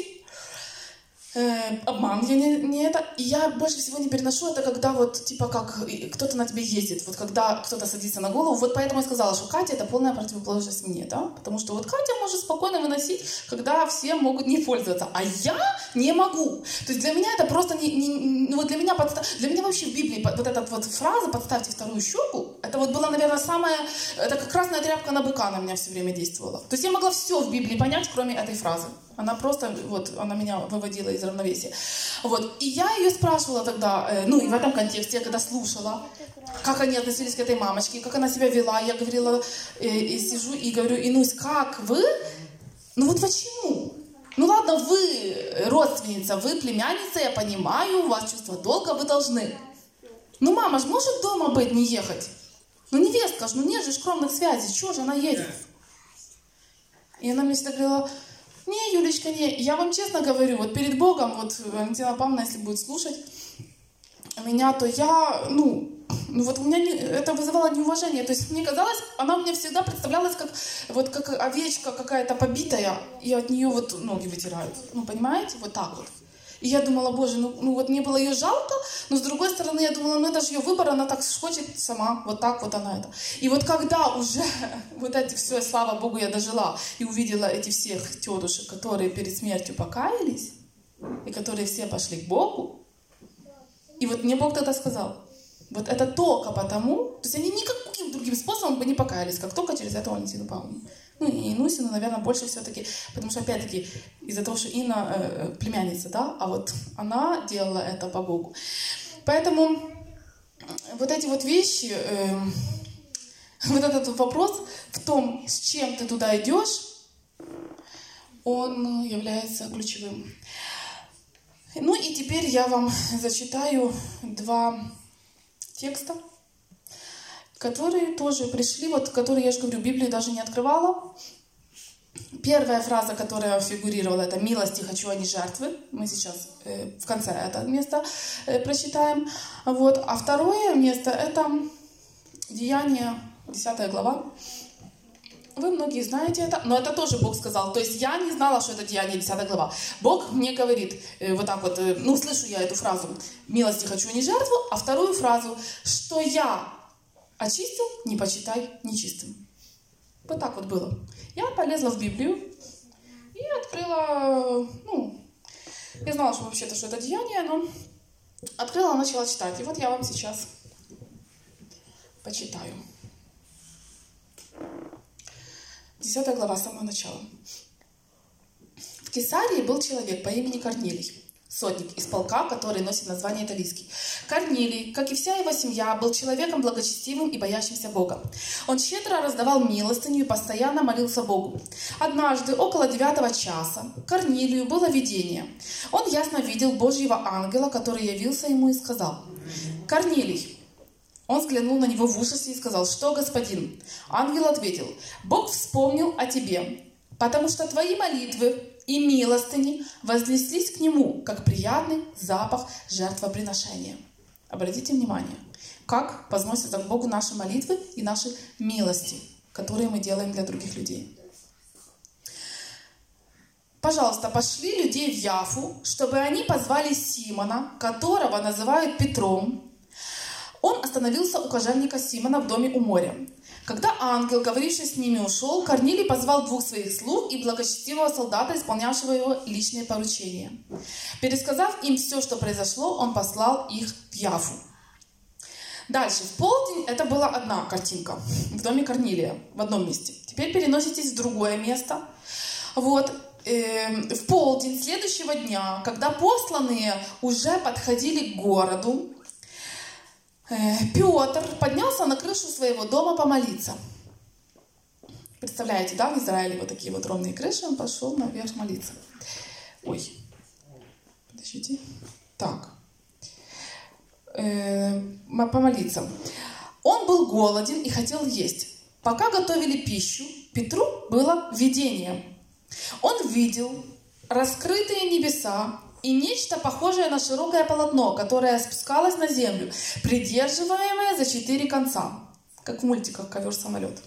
Э, обман, я не, не это. И я больше всего не переношу это, когда вот, типа, как кто-то на тебе ездит, вот когда кто-то садится на голову. Вот поэтому я сказала, что Катя — это полная противоположность мне, да? Потому что вот Катя может спокойно выносить, когда все могут не пользоваться, а я не могу. То есть для меня это просто не... не ну вот для меня, подстав... для меня вообще в Библии вот эта вот фраза «подставьте вторую щеку», это вот была, наверное, самая... Это как красная тряпка на быка на меня все время действовала. То есть я могла все в Библии понять, кроме этой фразы. Она просто, вот, она меня выводила из равновесия. Вот. И я ее спрашивала тогда, э, ну, и в этом контексте, я когда слушала, как они относились к этой мамочке, как она себя вела, я говорила, э, и сижу и говорю, Инусь, как вы? Ну вот почему? Ну ладно, вы родственница, вы племянница, я понимаю, у вас чувство долга, вы должны. Ну мама ж может дома быть, не ехать? Ну невестка ж, ну нет же скромных связей, чего же она едет? И она мне всегда говорила, не, Юлечка, не, я вам честно говорю, вот перед Богом, вот Валентина Павловна, если будет слушать меня, то я, ну, ну вот у меня не, это вызывало неуважение, то есть мне казалось, она мне всегда представлялась как, вот как овечка какая-то побитая, и от нее вот ноги вытирают, ну, понимаете, вот так вот. И я думала, боже, ну, ну вот мне было ее жалко, но с другой стороны я думала, ну это же ее выбор, она так хочет сама, вот так вот она это. И вот когда уже вот эти все, слава Богу, я дожила и увидела эти всех тетушек, которые перед смертью покаялись, и которые все пошли к Богу, и вот мне Бог тогда сказал, вот это только потому, то есть они никаким другим способом бы не покаялись, как только через эту Валентину Павловну. Ну и Инусину, наверное, больше все-таки, потому что, опять-таки, из-за того, что Инна э, племянница, да, а вот она делала это по Богу. Поэтому вот эти вот вещи, э, вот этот вопрос в том, с чем ты туда идешь, он является ключевым. Ну и теперь я вам зачитаю два текста, которые тоже пришли, вот, которые, я же говорю, Библию даже не открывала. Первая фраза, которая фигурировала, это «милости хочу, а не жертвы». Мы сейчас э, в конце это место э, прочитаем. Вот. А второе место — это Деяния, десятая глава, Вы многие знаете это, но это тоже Бог сказал. То есть я не знала, что это Деяние десятая глава. Бог мне говорит, э, вот так вот, э, ну, слышу я эту фразу, «Милости хочу, не жертву», а вторую фразу, «Что я очистил, не почитай нечистым». Вот так вот было. Я полезла в Библию и открыла, ну, я знала, что вообще-то, что это Деяние, но открыла, начала читать. И вот я вам сейчас почитаю. Десятая глава, с самого начала. В Кесарии был человек по имени Корнилий, сотник из полка, который носит название италийский. Корнилий, как и вся его семья, был человеком благочестивым и боящимся Бога. Он щедро раздавал милостыню и постоянно молился Богу. Однажды, около девятого часа, Корнилию было видение. Он ясно видел Божьего ангела, который явился ему и сказал: «Корнилий». Он взглянул на него в ужасе и сказал: «Что, господин?» Ангел ответил: «Бог вспомнил о тебе, потому что твои молитвы и милостыни вознеслись к нему, как приятный запах жертвоприношения». Обратите внимание, как возносятся к Богу наши молитвы и наши милости, которые мы делаем для других людей. Пожалуйста, пошли людей в Яфу, чтобы они позвали Симона, которого называют Петром. Он остановился у кожевника Симона в доме у моря. Когда ангел, говоривший с ними, ушел, Корнилий позвал двух своих слуг и благочестивого солдата, исполнявшего его личные поручения. Пересказав им все, что произошло, он послал их в Яфу. Дальше, в полдень, это была одна картинка в доме Корнилия, в одном месте. Теперь переноситесь в другое место. Вот, э, в полдень следующего дня, когда посланные уже подходили к городу, Петр поднялся на крышу своего дома помолиться. Представляете, да, в Израиле вот такие вот ровные крыши, он пошел наверх молиться. Ой, подождите. Так. Э, помолиться. Он был голоден и хотел есть. Пока готовили пищу, Петру было видение. Он видел раскрытые небеса и нечто похожее на широкое полотно, которое спускалось на землю, придерживаемое за четыре конца, как в мультиках «Ковер-самолет».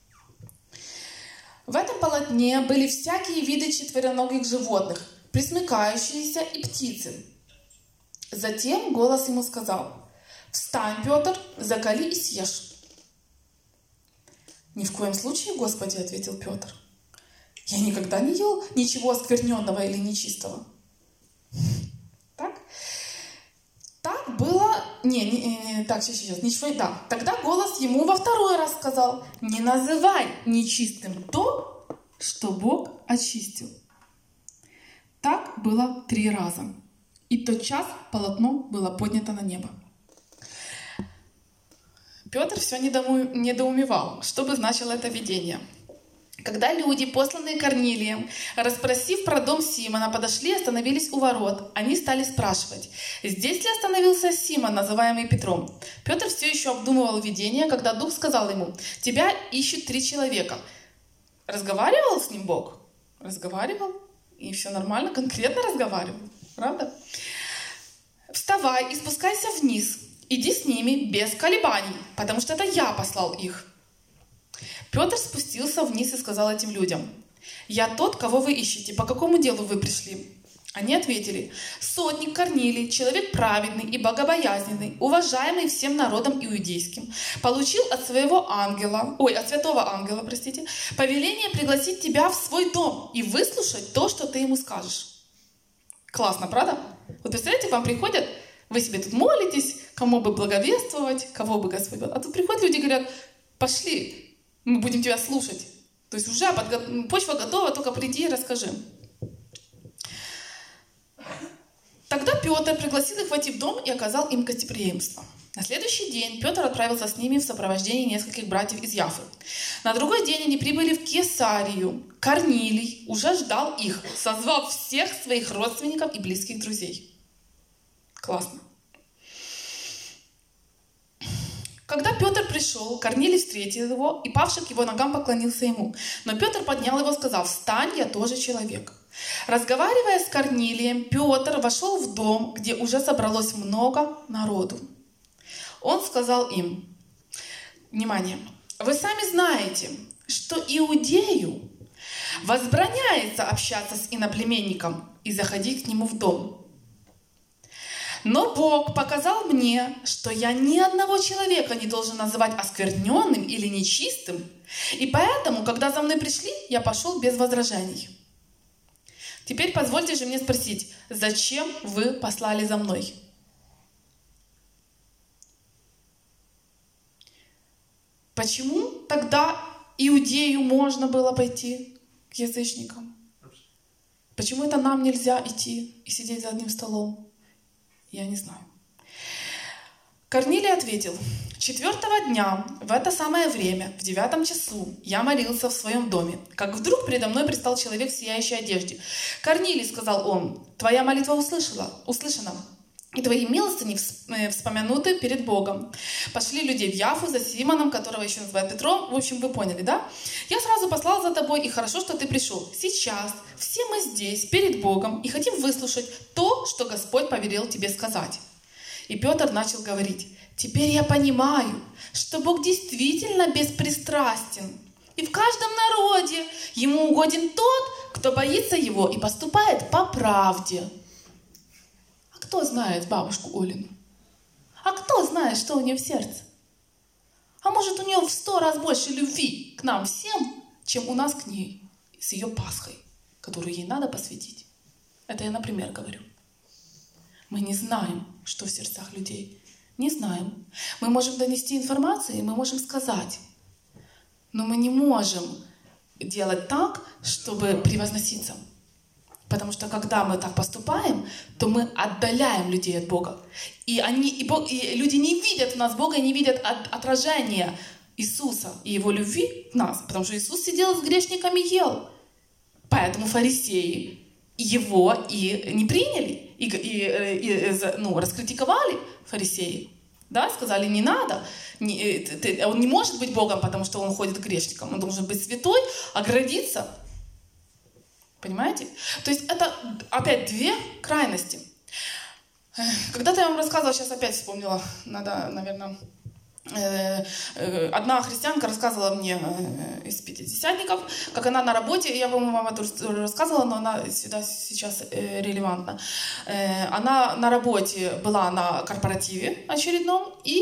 В этом полотне были всякие виды четвероногих животных, пресмыкающиеся и птицы. Затем голос ему сказал: «Встань, Петр, закали и съешь». «Ни в коем случае, Господи», — ответил Петр. «Я никогда не ел ничего оскверненного или нечистого». Так? Так было... Не, не, не так, сейчас, сейчас. Ничего, да. Тогда голос ему во второй раз сказал: «Не называй нечистым то, что Бог очистил». Так было три раза. И тотчас полотно было поднято на небо. Петр все недоумевал, что бы значило это видение. Когда люди, посланные Корнилием, расспросив про дом Симона, подошли и остановились у ворот, они стали спрашивать: «Здесь ли остановился Симон, называемый Петром?» Петр все еще обдумывал видение, когда Дух сказал ему: «Тебя ищут три человека». Разговаривал с ним Бог? Разговаривал. И все нормально, конкретно разговаривал. Правда? «Вставай и спускайся вниз. Иди с ними без колебаний, потому что это я послал их». Петр спустился вниз и сказал этим людям: «Я тот, кого вы ищете. По какому делу вы пришли?» Они ответили: «Сотник Корнилий, человек праведный и богобоязненный, уважаемый всем народом иудейским, получил от своего ангела, ой, от святого ангела, простите, повеление пригласить тебя в свой дом и выслушать то, что ты ему скажешь». Классно, правда? Вот представляете, вам приходят, вы себе тут молитесь, кому бы благовествовать, кого бы Господь... А тут приходят люди и говорят: «Пошли, мы будем тебя слушать». То есть уже подго... почва готова, только приди и расскажи. Тогда Петр пригласил их войти в дом и оказал им гостеприимство. На следующий день Петр отправился с ними в сопровождении нескольких братьев из Яфы. На другой день они прибыли в Кесарию. Корнилий уже ждал их, созвав всех своих родственников и близких друзей. Классно. Когда Петр пришел, Корнилий встретил его и, павший к его ногам, поклонился ему. Но Петр поднял его, сказав: «Встань, я тоже человек». Разговаривая с Корнилием, Петр вошел в дом, где уже собралось много народу. Он сказал им: «Внимание! Вы сами знаете, что иудею возбраняется общаться с иноплеменником и заходить к нему в дом. Но Бог показал мне, что я ни одного человека не должен называть оскверненным или нечистым, и поэтому, когда за мной пришли, я пошел без возражений. Теперь позвольте же мне спросить, зачем вы послали за мной? Почему тогда иудею можно было пойти к язычникам? Почему это нам нельзя идти и сидеть за одним столом? Я не знаю. Корнилий ответил: четвертого дня, в это самое время, в девятом часу, я молился в своем доме, как вдруг передо мной предстал человек в сияющей одежде. «Корнилий, — сказал он, — твоя молитва услышала, услышана, и твои милостыни вспомянуты перед Богом. Пошли людей в Яффу за Симоном, которого еще называют Петром». В общем, вы поняли, да? «Я сразу послал за тобой, и хорошо, что ты пришел. Сейчас все мы здесь, перед Богом, и хотим выслушать то, что Господь повелел тебе сказать». И Петр начал говорить: «Теперь я понимаю, что Бог действительно беспристрастен, и в каждом народе ему угоден тот, кто боится его и поступает по правде». А кто знает бабушку Олину? А кто знает, что у нее в сердце? А может, у нее в сто раз больше любви к нам всем, чем у нас к ней, с ее Пасхой, которую ей надо посвятить. Это я, например, говорю. Мы не знаем, что в сердцах людей. Не знаем. Мы можем донести информацию, и мы можем сказать. Но мы не можем делать так, чтобы превозноситься. Потому что когда мы так поступаем, то мы отдаляем людей от Бога. И, они, и, Бог, и люди не видят в нас Бога, не видят от, отражения Иисуса и Его любви в нас. Потому что Иисус сидел с грешниками и ел. Поэтому фарисеи Его и не приняли. И, и, и ну, раскритиковали фарисеи. Да, сказали, не надо. Не, ты, он не может быть Богом, потому что он ходит к грешникам. Он должен быть святой, оградиться. Понимаете? То есть это опять две крайности. Когда-то я вам рассказывала, сейчас опять вспомнила, надо, наверное... Одна христианка рассказывала мне из пятидесятников, как она на работе, я, по-моему, вам это рассказывала, но она сюда сейчас релевантна. Она на работе была на корпоративе очередном, и,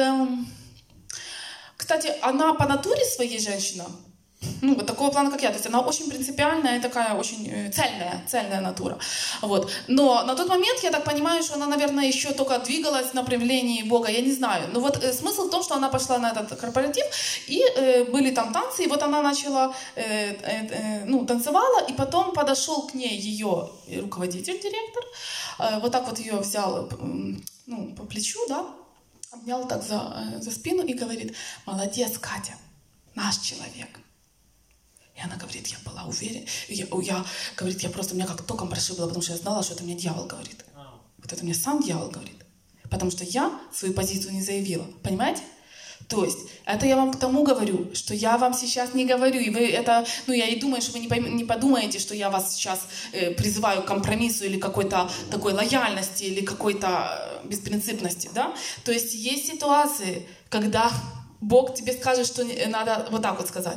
кстати, она по натуре своей женщина, ну, вот такого плана, как я. То есть она очень принципиальная и такая очень цельная, цельная натура. Вот. Но на тот момент, я так понимаю, что она, наверное, еще только двигалась в направлении Бога, я не знаю. Но вот э, смысл в том, что она пошла на этот корпоратив, и э, были там танцы, и вот она начала, э, э, э, ну, танцевала, и потом подошел к ней ее руководитель, директор, э, вот так вот ее взял, э, ну, по плечу, да, обнял так за, э, за спину и говорит: «Молодец, Катя, наш человек». И она говорит: я была уверена, я, я, говорит, я просто, меня как током прошибло, потому что я знала, что это мне дьявол говорит. Вот это мне сам дьявол говорит. Потому что я свою позицию не заявила. Понимаете? То есть, это я вам к тому говорю, что я вам сейчас не говорю, и вы это, ну, я и думаю, что вы не, пойм, не подумаете, что я вас сейчас э, призываю к компромиссу или какой-то такой лояльности, или какой-то беспринципности, да? То есть, есть ситуации, когда Бог тебе скажет, что надо вот так вот сказать.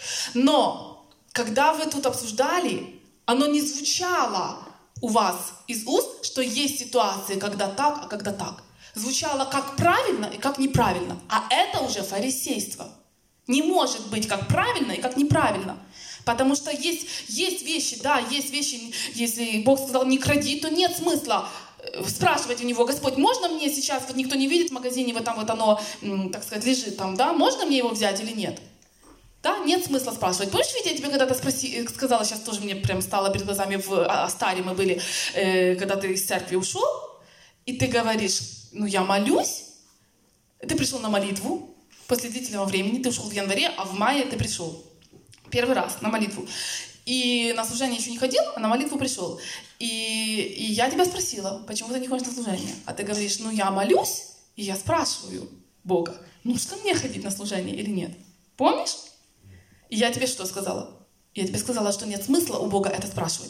Но, когда вы тут обсуждали, оно не звучало у вас из уст, что есть ситуации, когда так, а когда так. Звучало как правильно и как неправильно. А это уже фарисейство. Не может быть как правильно и как неправильно. Потому что есть, есть вещи, да, есть вещи, если Бог сказал не кради, то нет смысла спрашивать у него: Господь, можно мне сейчас, вот никто не видит в магазине, вот там вот оно, так сказать, лежит там, да, можно мне его взять или нет? Да, нет смысла спрашивать. Помнишь, ведь я тебе когда-то спроси, сказала, сейчас тоже мне прям стало перед глазами, в Астаре мы были, э, когда ты из церкви ушел, и ты говоришь: ну я молюсь. Ты пришел на молитву после длительного времени, ты ушел в январе, а в мае ты пришел первый раз на молитву. И на служение еще не ходил, а на молитву пришел. И, и я тебя спросила: почему ты не ходишь на служение? А ты говоришь: ну я молюсь, и я спрашиваю Бога, нужно мне ходить на служение или нет. Помнишь? И я тебе что сказала? Я тебе сказала, что нет смысла у Бога это спрашивать.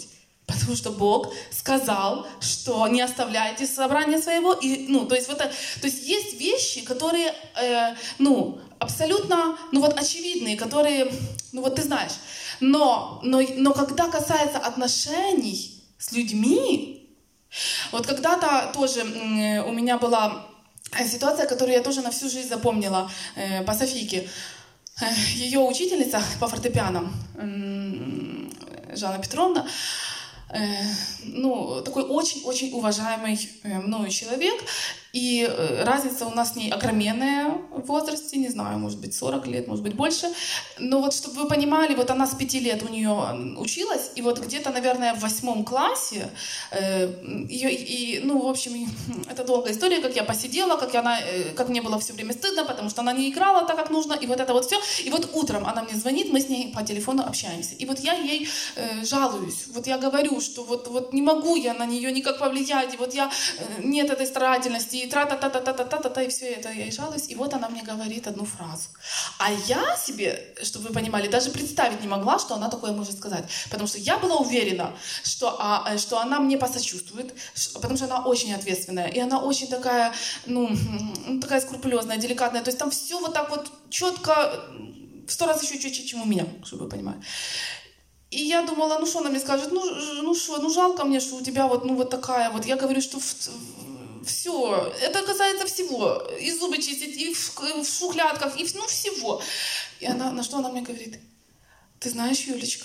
Потому что Бог сказал, что не оставляйте собрания своего. И, ну, то есть, вот, то есть есть вещи, которые э, ну, абсолютно ну, вот, очевидные, которые, ну вот ты знаешь. Но, но, но когда касается отношений с людьми, вот когда-то тоже э, у меня была ситуация, которую я тоже на всю жизнь запомнила э, по Софийке. Э, ее учительница по фортепиано, э, Жанна Петровна, Э, ну, такой очень-очень уважаемый э, мною человек, и э, разница у нас с ней огроменная в возрасте, не знаю, может быть сорок лет, может быть больше, но вот чтобы вы понимали, вот она с пяти лет у нее училась, и вот где-то, наверное, в восьмом классе э, ее, и, ну, в общем, это долгая история, как я посидела, как, она, э, как мне было все время стыдно, потому что она не играла так, как нужно, и вот это вот все, и вот утром она мне звонит, мы с ней по телефону общаемся, и вот я ей э, жалуюсь, вот я говорю, что вот, вот не могу я на нее никак повлиять, и вот я, нет этой старательности, и тра-та-та-та-та-та-та-та, и все это, я ей жалуюсь, и вот она мне говорит одну фразу. А я себе, чтобы вы понимали, даже представить не могла, что она такое может сказать, потому что я была уверена, что, а, что она мне посочувствует, потому что она очень ответственная, и она очень такая, ну, такая скрупулезная, деликатная, то есть там все вот так вот четко, в сто раз еще четче, чем у меня, чтобы вы понимали. И я думала, ну что она мне скажет, ну ну что, ну жалко мне, что у тебя вот, ну вот такая вот. Я говорю, что все, это касается всего. И зубы чистить, и в, в шухлядках, и ну всего. И она, на что она мне говорит, ты знаешь, Юлечка,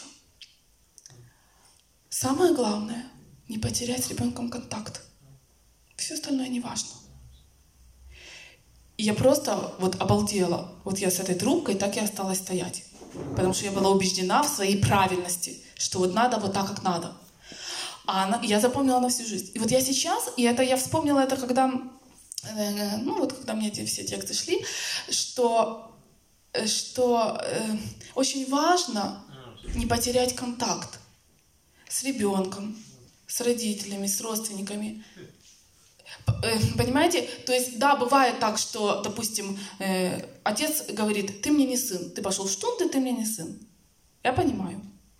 самое главное, не потерять с ребенком контакт. Все остальное не важно. И я просто вот обалдела. Вот я с этой трубкой так и осталась стоять. Потому что я была убеждена в своей правильности, что вот надо вот так, как надо. А она, я запомнила на всю жизнь. И вот я сейчас, и это я вспомнила это, когда, э, ну вот когда мне эти все тексты шли, что, что э, очень важно не потерять контакт с ребенком, с родителями, с родственниками. Понимаете? То есть, да, бывает так, что, допустим, э, отец говорит, ты мне не сын, ты пошел в штунты, ты мне не сын. Я понимаю.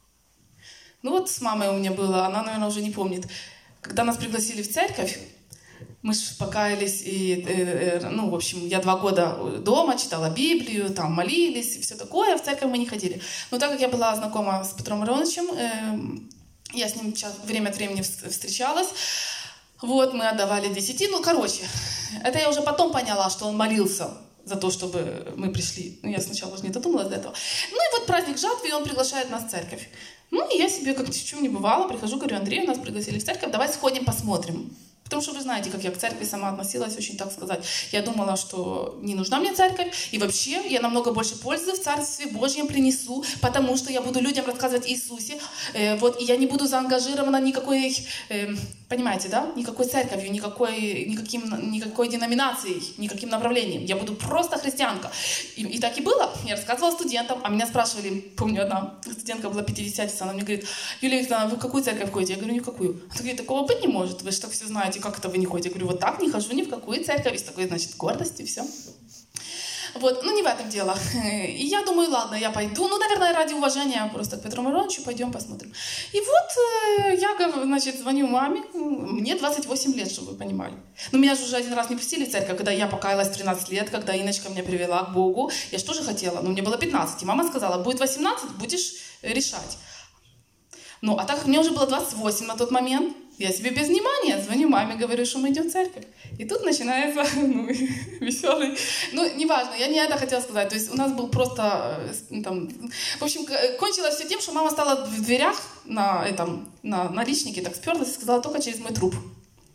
Ну вот с мамой у меня было, она, наверное, уже не помнит. Когда нас пригласили в церковь, мы же покаялись, и, э, э, ну, в общем, я два года дома читала Библию, там молились, и все такое, в церковь мы не ходили. Но так как я была знакома с Петром Мироновичем, э, я с ним время от времени встречалась, вот, мы отдавали десятину. Ну, короче, это я уже потом поняла, что он молился за то, чтобы мы пришли. Ну, я сначала уже не додумалась до этого. Ну, и вот праздник жатвы, и он приглашает нас в церковь. Ну, и я себе, как ни в чем не бывало, прихожу, говорю, Андрей, нас пригласили в церковь, давай сходим, посмотрим. Потому что вы знаете, как я к церкви сама относилась, очень так сказать. Я думала, что не нужна мне церковь, и вообще я намного больше пользы в Царстве Божьем принесу, потому что я буду людям рассказывать о Иисусе, э, вот, и я не буду заангажирована никакой, э, понимаете, да, никакой церковью, никакой, никаким, никакой деноминацией, никаким направлением. Я буду просто христианка. И, и так и было. Я рассказывала студентам, а меня спрашивали, помню, одна студентка была пятидесятница, она мне говорит, Юлия Викторовна, вы в какую церковь ходите? Я говорю, никакую. Она говорит, такого быть не может, вы же так все знаете, как это вы не ходите? Я говорю, вот так не хожу ни в какую церковь, из такой, значит, гордости, все. Вот, ну не в этом дело. И я думаю, ладно, я пойду. Ну, наверное, ради уважения просто к Петру Мироновичу пойдем посмотрим. И вот я, значит, звоню маме. Мне двадцать восемь лет, чтобы вы понимали. Но меня же уже один раз не пустили в церковь, когда я покаялась в тринадцать лет, когда Иночка меня привела к Богу. Я же тоже хотела, но мне было пятнадцать. И мама сказала, будет восемнадцать, будешь решать. Ну, а так как мне уже было двадцать восемь на тот момент, я себе без внимания звоню маме, говорю, что мы идем в церковь. И тут начинается ну, веселый... Ну, неважно, я не это хотела сказать. То есть у нас был просто... Там, в общем, кончилось все тем, что мама стала в дверях на, этом, на наличнике, так сперлась и сказала, только через мой труп.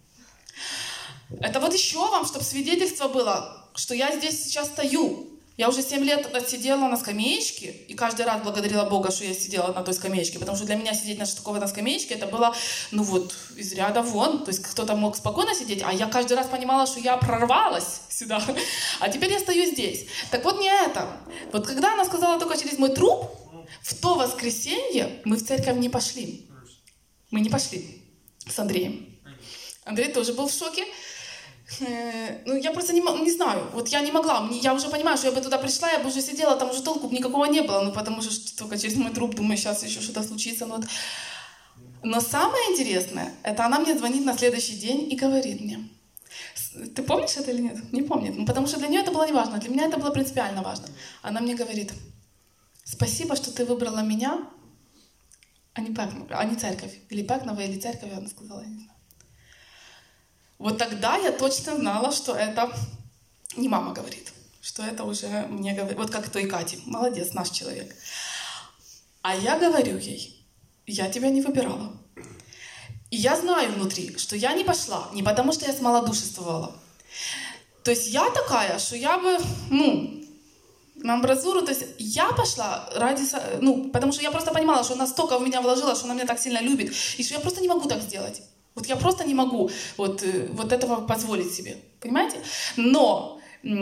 Это вот еще вам, чтобы свидетельство было, что я здесь сейчас стою. Я уже семь лет сидела на скамеечке, и каждый раз благодарила Бога, что я сидела на той скамеечке, потому что для меня сидеть на такой на скамеечке, это было, ну вот, из ряда вон. То есть кто-то мог спокойно сидеть, а я каждый раз понимала, что я прорвалась сюда, а теперь я стою здесь. Так вот не это. Вот когда она сказала только через мой труп, в то воскресенье мы в церковь не пошли. Мы не пошли с Андреем. Андрей тоже был в шоке. Ну, я просто не, не знаю, вот я не могла, я уже понимаю, что я бы туда пришла, я бы уже сидела, там уже толку никакого не было, ну, потому что только через мой труп, думаю, сейчас еще что-то случится, ну, вот. Но самое интересное, это она мне звонит на следующий день и говорит мне, ты помнишь это или нет? Не помнит. Ну, потому что для нее это было не важно, для меня это было принципиально важно. Она мне говорит, спасибо, что ты выбрала меня, а не, Пэкнова, а не церковь. Или Пэкнова, или церковь, она сказала, я не знаю. Вот тогда я точно знала, что это не мама говорит, что это уже мне говорит, вот как той Кате, молодец, наш человек. А я говорю ей, я тебя не выбирала. И я знаю внутри, что я не пошла, не потому что я смолодушествовала. То есть я такая, что я бы, ну, на амбразуру, то есть я пошла ради, ну, потому что я просто понимала, что она столько в меня вложила, что она меня так сильно любит, и что я просто не могу так сделать. Вот я просто не могу вот, вот этого позволить себе, понимаете? Но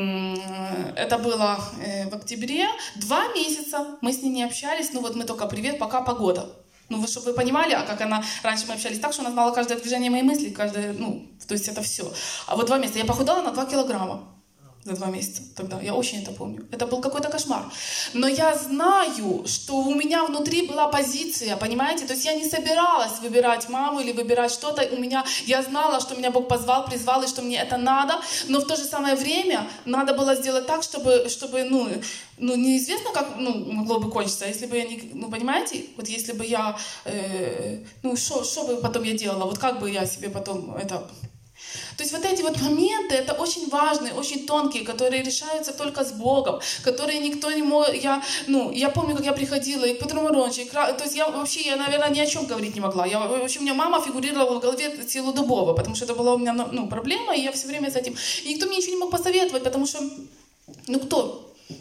это было в октябре, два месяца мы с ней не общались, ну вот мы только привет, пока погода. Ну, вы, чтобы вы понимали, а как она... Раньше мы общались так, что она знала каждое движение моей мысли, каждое, ну, то есть это все. А вот два месяца. Я похудала на два килограмма за два месяца тогда. Я очень это помню. Это был какой-то кошмар. Но я знаю, что у меня внутри была позиция, понимаете? То есть я не собиралась выбирать маму или выбирать что-то. У меня... Я знала, что меня Бог позвал, призвал, и что мне это надо. Но в то же самое время надо было сделать так, чтобы, чтобы ну... Ну, неизвестно, как ну, могло бы кончиться, если бы я не... Ну, понимаете? Вот если бы я... Э, ну, что бы потом я делала? Вот как бы я себе потом это... То есть вот эти вот моменты, это очень важные, очень тонкие, которые решаются только с Богом, которые никто не может... Я, ну, я помню, как я приходила и к Петру Мироновичу, и к... То есть я вообще, я, наверное, ни о чем говорить не могла. Я, вообще, у меня мама фигурировала в голове целодобово, потому что это была у меня ну, проблема, и я все время с этим... И никто мне ничего не мог посоветовать, потому что... Ну, кто...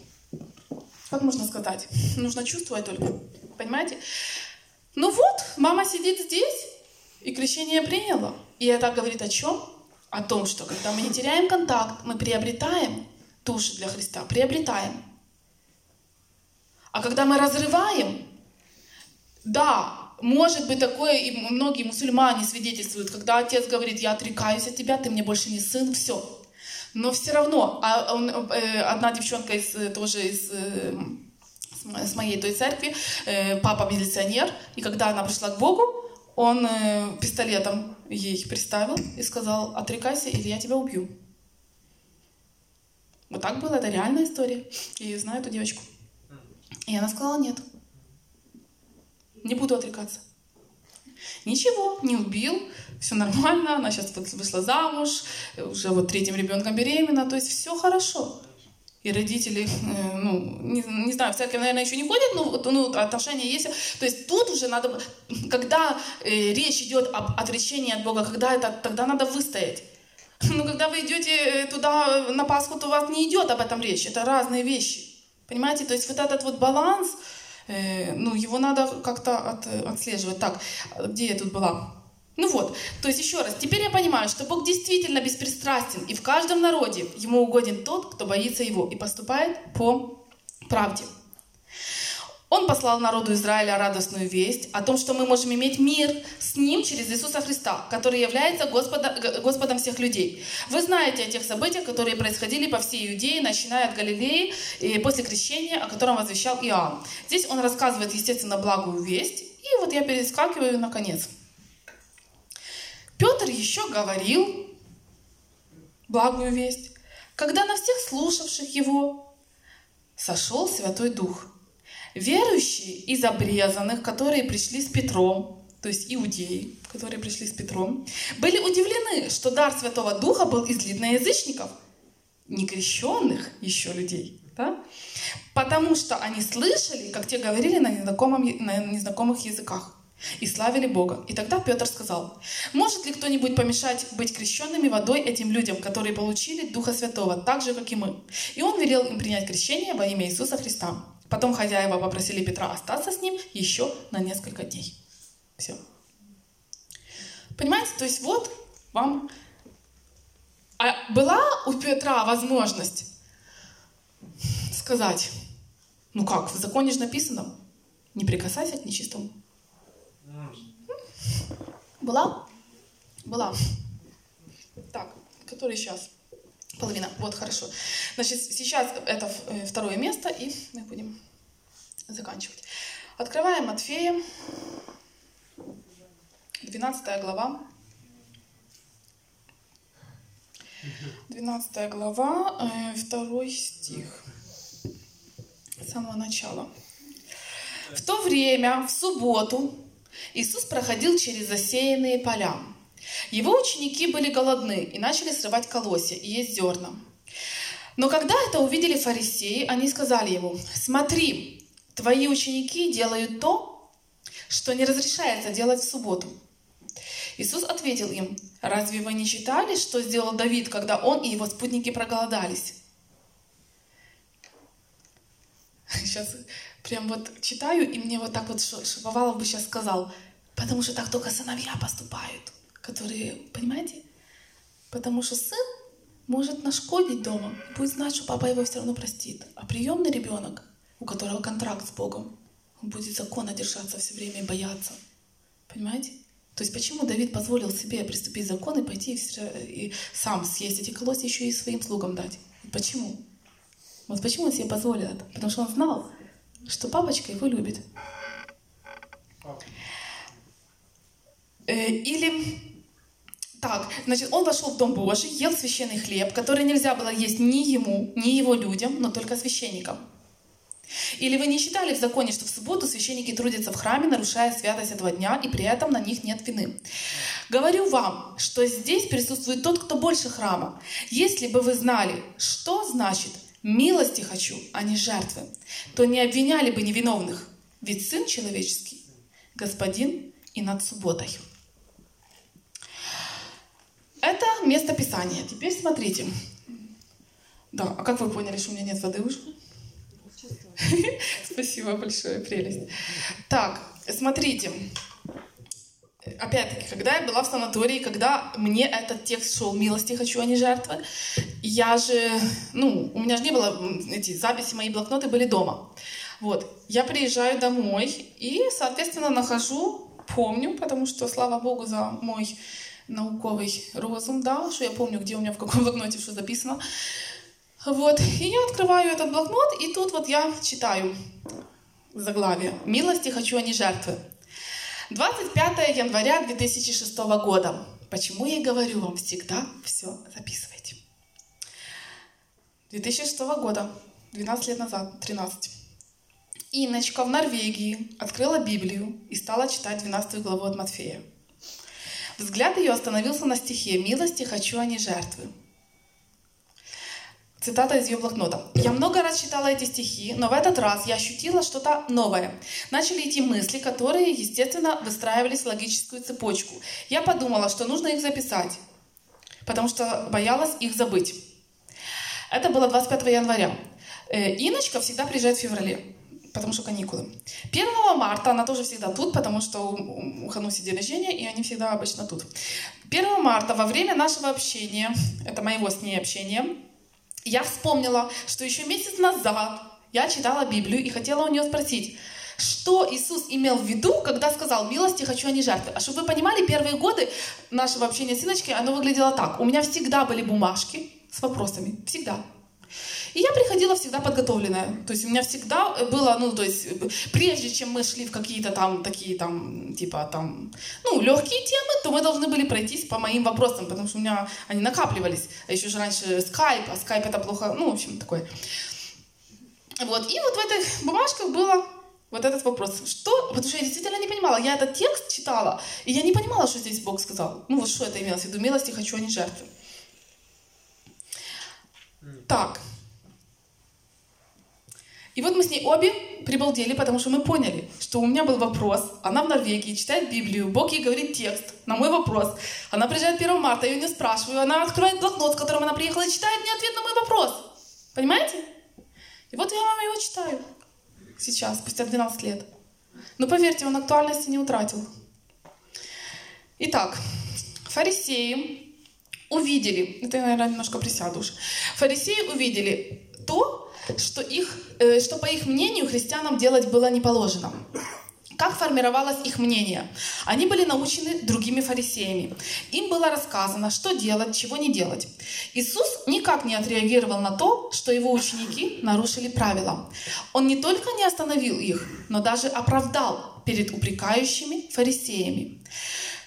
Как можно сказать? Нужно чувствовать только. Понимаете? Ну вот, мама сидит здесь, и крещение приняла. И это говорит о чем? О том, что когда мы не теряем контакт, мы приобретаем души для Христа. Приобретаем. А когда мы разрываем, да, может быть такое, и многие мусульмане свидетельствуют, когда отец говорит, я отрекаюсь от тебя, ты мне больше не сын, все. Но все равно, а, э, одна девчонка из, тоже из, э, с моей той церкви, э, папа милиционер, и когда она пришла к Богу, он э, пистолетом ей приставил и сказал, отрекайся, или я тебя убью. Вот так было, это реальная история. Я ее знаю, эту девочку. И она сказала, нет, не буду отрекаться. Ничего, не убил, все нормально, она сейчас вышла замуж, уже вот третьим ребенком беременна, то есть все хорошо. И родители, ну, не, не знаю, в церковь, наверное, еще не ходят, но ну, отношения есть. То есть тут уже надо, когда э, речь идет об отречении от Бога, когда это, тогда надо выстоять. Но когда вы идете туда на Пасху, то у вас не идет об этом речь, это разные вещи. Понимаете, то есть вот этот вот баланс, э, ну, его надо как-то от, отслеживать. Так, где я тут была? Ну вот, то есть еще раз, теперь я понимаю, что Бог действительно беспристрастен, и в каждом народе Ему угоден тот, кто боится Его и поступает по правде. Он послал народу Израиля радостную весть о том, что мы можем иметь мир с Ним через Иисуса Христа, который является Господа, Господом всех людей. Вы знаете о тех событиях, которые происходили по всей Иудее, начиная от Галилеи, и после крещения, о котором возвещал Иоанн. Здесь он рассказывает, естественно, благую весть, и вот я перескакиваю на конец. Петр еще говорил благую весть, когда на всех слушавших его сошел Святой Дух. Верующие из обрезанных, которые пришли с Петром, то есть иудеи, которые пришли с Петром, были удивлены, что дар Святого Духа был излит на язычников, некрещенных еще людей, да? Потому что они слышали, как те говорили на, незнакомом, на незнакомых языках. И славили Бога. И тогда Петр сказал, может ли кто-нибудь помешать быть крещенными водой этим людям, которые получили Духа Святого, так же, как и мы? И он велел им принять крещение во имя Иисуса Христа. Потом хозяева попросили Петра остаться с ним еще на несколько дней. Все. Понимаете? То есть вот вам... А была у Петра возможность сказать, ну как, в законе же написано, не прикасайся к нечистому. Была? Была. Так, который сейчас? Половина. Вот, хорошо. Значит, сейчас это второе место, и мы будем заканчивать. Открываем Матфея. двенадцатая глава. двенадцатая глава, второй стих. С самого начала. В то время, в субботу, Иисус проходил через засеянные поля. Его ученики были голодны и начали срывать колосья и есть зерна. Но когда это увидели фарисеи, они сказали ему: «Смотри, твои ученики делают то, что не разрешается делать в субботу». Иисус ответил им: «Разве вы не читали, что сделал Давид, когда он и его спутники проголодались?» Сейчас прям вот читаю, и мне вот так вот Шаповалов бы сейчас сказал: потому что так только сыновья поступают, которые, понимаете? Потому что сын может нашкодить дома, будет знать, что папа его все равно простит. А приемный ребенок, у которого контракт с Богом, он будет закона держаться все время и бояться. Понимаете? То есть почему Давид позволил себе приступить к закону и пойти и сам съесть эти колосья, еще и своим слугам дать? Почему? Вот почему он себе позволил это? Потому что он знал, что папочка его любит. Или так, значит, он вошел в Дом Божий, ел священный хлеб, который нельзя было есть ни ему, ни его людям, но только священникам. Или вы не читали в законе, что в субботу священники трудятся в храме, нарушая святость этого дня, и при этом на них нет вины? Говорю вам, что здесь присутствует тот, кто больше храма. Если бы вы знали, что значит «милости хочу, а не жертвы», то не обвиняли бы невиновных. Ведь Сын Человеческий — Господин и над субботой. Это место Писания. Теперь смотрите. Да, а как вы поняли, что у меня нет воды уже? Спасибо большое, прелесть. Так, смотрите. Опять-таки, когда я была в санатории, когда мне этот текст шел «милости хочу, а не жертвы», я же, ну, у меня же не было, эти записи, мои блокноты были дома. Вот, я приезжаю домой и, соответственно, нахожу, помню, потому что, слава Богу, за мой науковый розум, да, что я помню, где у меня в каком блокноте что записано. Вот, и я открываю этот блокнот, и тут вот я читаю заглавие «Милости хочу, а не жертвы». двадцать пятое января две тысячи шестого года. Почему я и говорю вам, всегда все записывайте. две тысячи шестого года, двенадцать лет назад, тринадцать. Инночка в Норвегии открыла Библию и стала читать двенадцатую главу от Матфея. Взгляд ее остановился на стихе «Милости хочу, а не жертвы». Цитата из ее блокнота. «Я много раз читала эти стихи, но в этот раз я ощутила что-то новое. Начали идти мысли, которые, естественно, выстраивались в логическую цепочку. Я подумала, что нужно их записать, потому что боялась их забыть». Это было двадцать пятого января. Инночка всегда приезжает в феврале, потому что каникулы. первого марта она тоже всегда тут, потому что у Хануси день рождения, и они всегда обычно тут. первого марта во время нашего общения, это моего с ней общения, я вспомнила, что еще месяц назад я читала Библию и хотела у нее спросить, что Иисус имел в виду, когда сказал «милости хочу, а не жертвы». А чтобы вы понимали, первые годы нашего общения с Инночкой, оно выглядело так. У меня всегда были бумажки с вопросами. Всегда. И я приходила всегда подготовленная. То есть у меня всегда было, ну, то есть прежде чем мы шли в какие-то там такие там, типа там, ну, легкие темы, то мы должны были пройтись по моим вопросам, потому что у меня они накапливались. А еще же раньше скайп, а скайп это плохо, ну, в общем, такое. Вот, и вот в этих бумажках было вот этот вопрос. Что? Потому что я действительно не понимала. Я этот текст читала, и я не понимала, что здесь Бог сказал. Ну, вот что это имелось в виду. Милости хочу, а не жертвы. Так. И вот мы с ней обе прибалдели, потому что мы поняли, что у меня был вопрос. Она в Норвегии читает Библию, Бог ей говорит текст на мой вопрос. Она приезжает первого марта, я ее не спрашиваю, она открывает блокнот, с которым она приехала, и читает мне ответ на мой вопрос. Понимаете? И вот я вам его читаю сейчас, спустя двенадцать лет. Но поверьте, он актуальности не утратил. Итак, фарисеи увидели, это я, наверное, немножко присяду уже. Фарисеи увидели то, что, их, э, что, по их мнению, христианам делать было не положено. Как формировалось их мнение? Они были научены другими фарисеями. Им было рассказано, что делать, чего не делать. Иисус никак не отреагировал на то, что его ученики нарушили правила. Он не только не остановил их, но даже оправдал перед упрекающими фарисеями.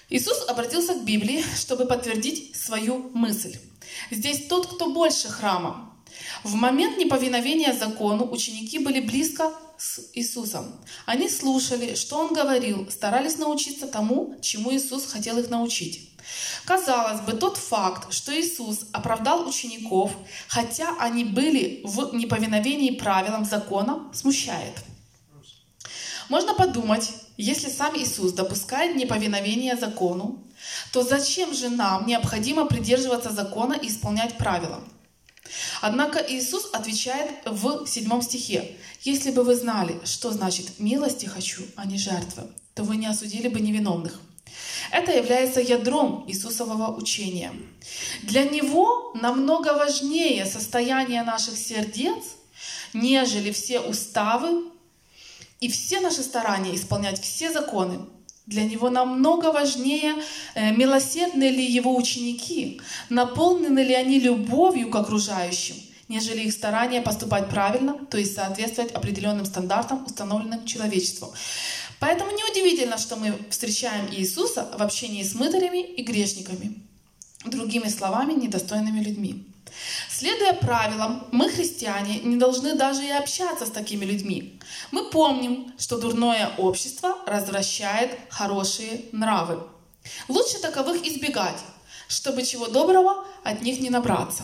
Иисус обратился к Библии, чтобы подтвердить свою мысль. Здесь тот, кто больше храма. В момент неповиновения закону ученики были близко с Иисусом. Они слушали, что Он говорил, старались научиться тому, чему Иисус хотел их научить. Казалось бы, тот факт, что Иисус оправдал учеников, хотя они были в неповиновении правилам закона, смущает. Можно подумать, если сам Иисус допускает неповиновение закону, то зачем же нам необходимо придерживаться закона и исполнять правила? Однако Иисус отвечает в седьмом стихе: «Если бы вы знали, что значит «милости хочу, а не жертвы», то вы не осудили бы невиновных». Это является ядром Иисусового учения. Для Него намного важнее состояние наших сердец, нежели все уставы и все наши старания исполнять все законы. Для Него намного важнее, милосердны ли Его ученики, наполнены ли они любовью к окружающим, нежели их старания поступать правильно, то есть соответствовать определенным стандартам, установленным человечеством. Поэтому неудивительно, что мы встречаем Иисуса в общении с мытарями и грешниками, другими словами, недостойными людьми. Следуя правилам, мы, христиане, не должны даже и общаться с такими людьми. Мы помним, что дурное общество развращает хорошие нравы. Лучше таковых избегать, чтобы чего доброго от них не набраться.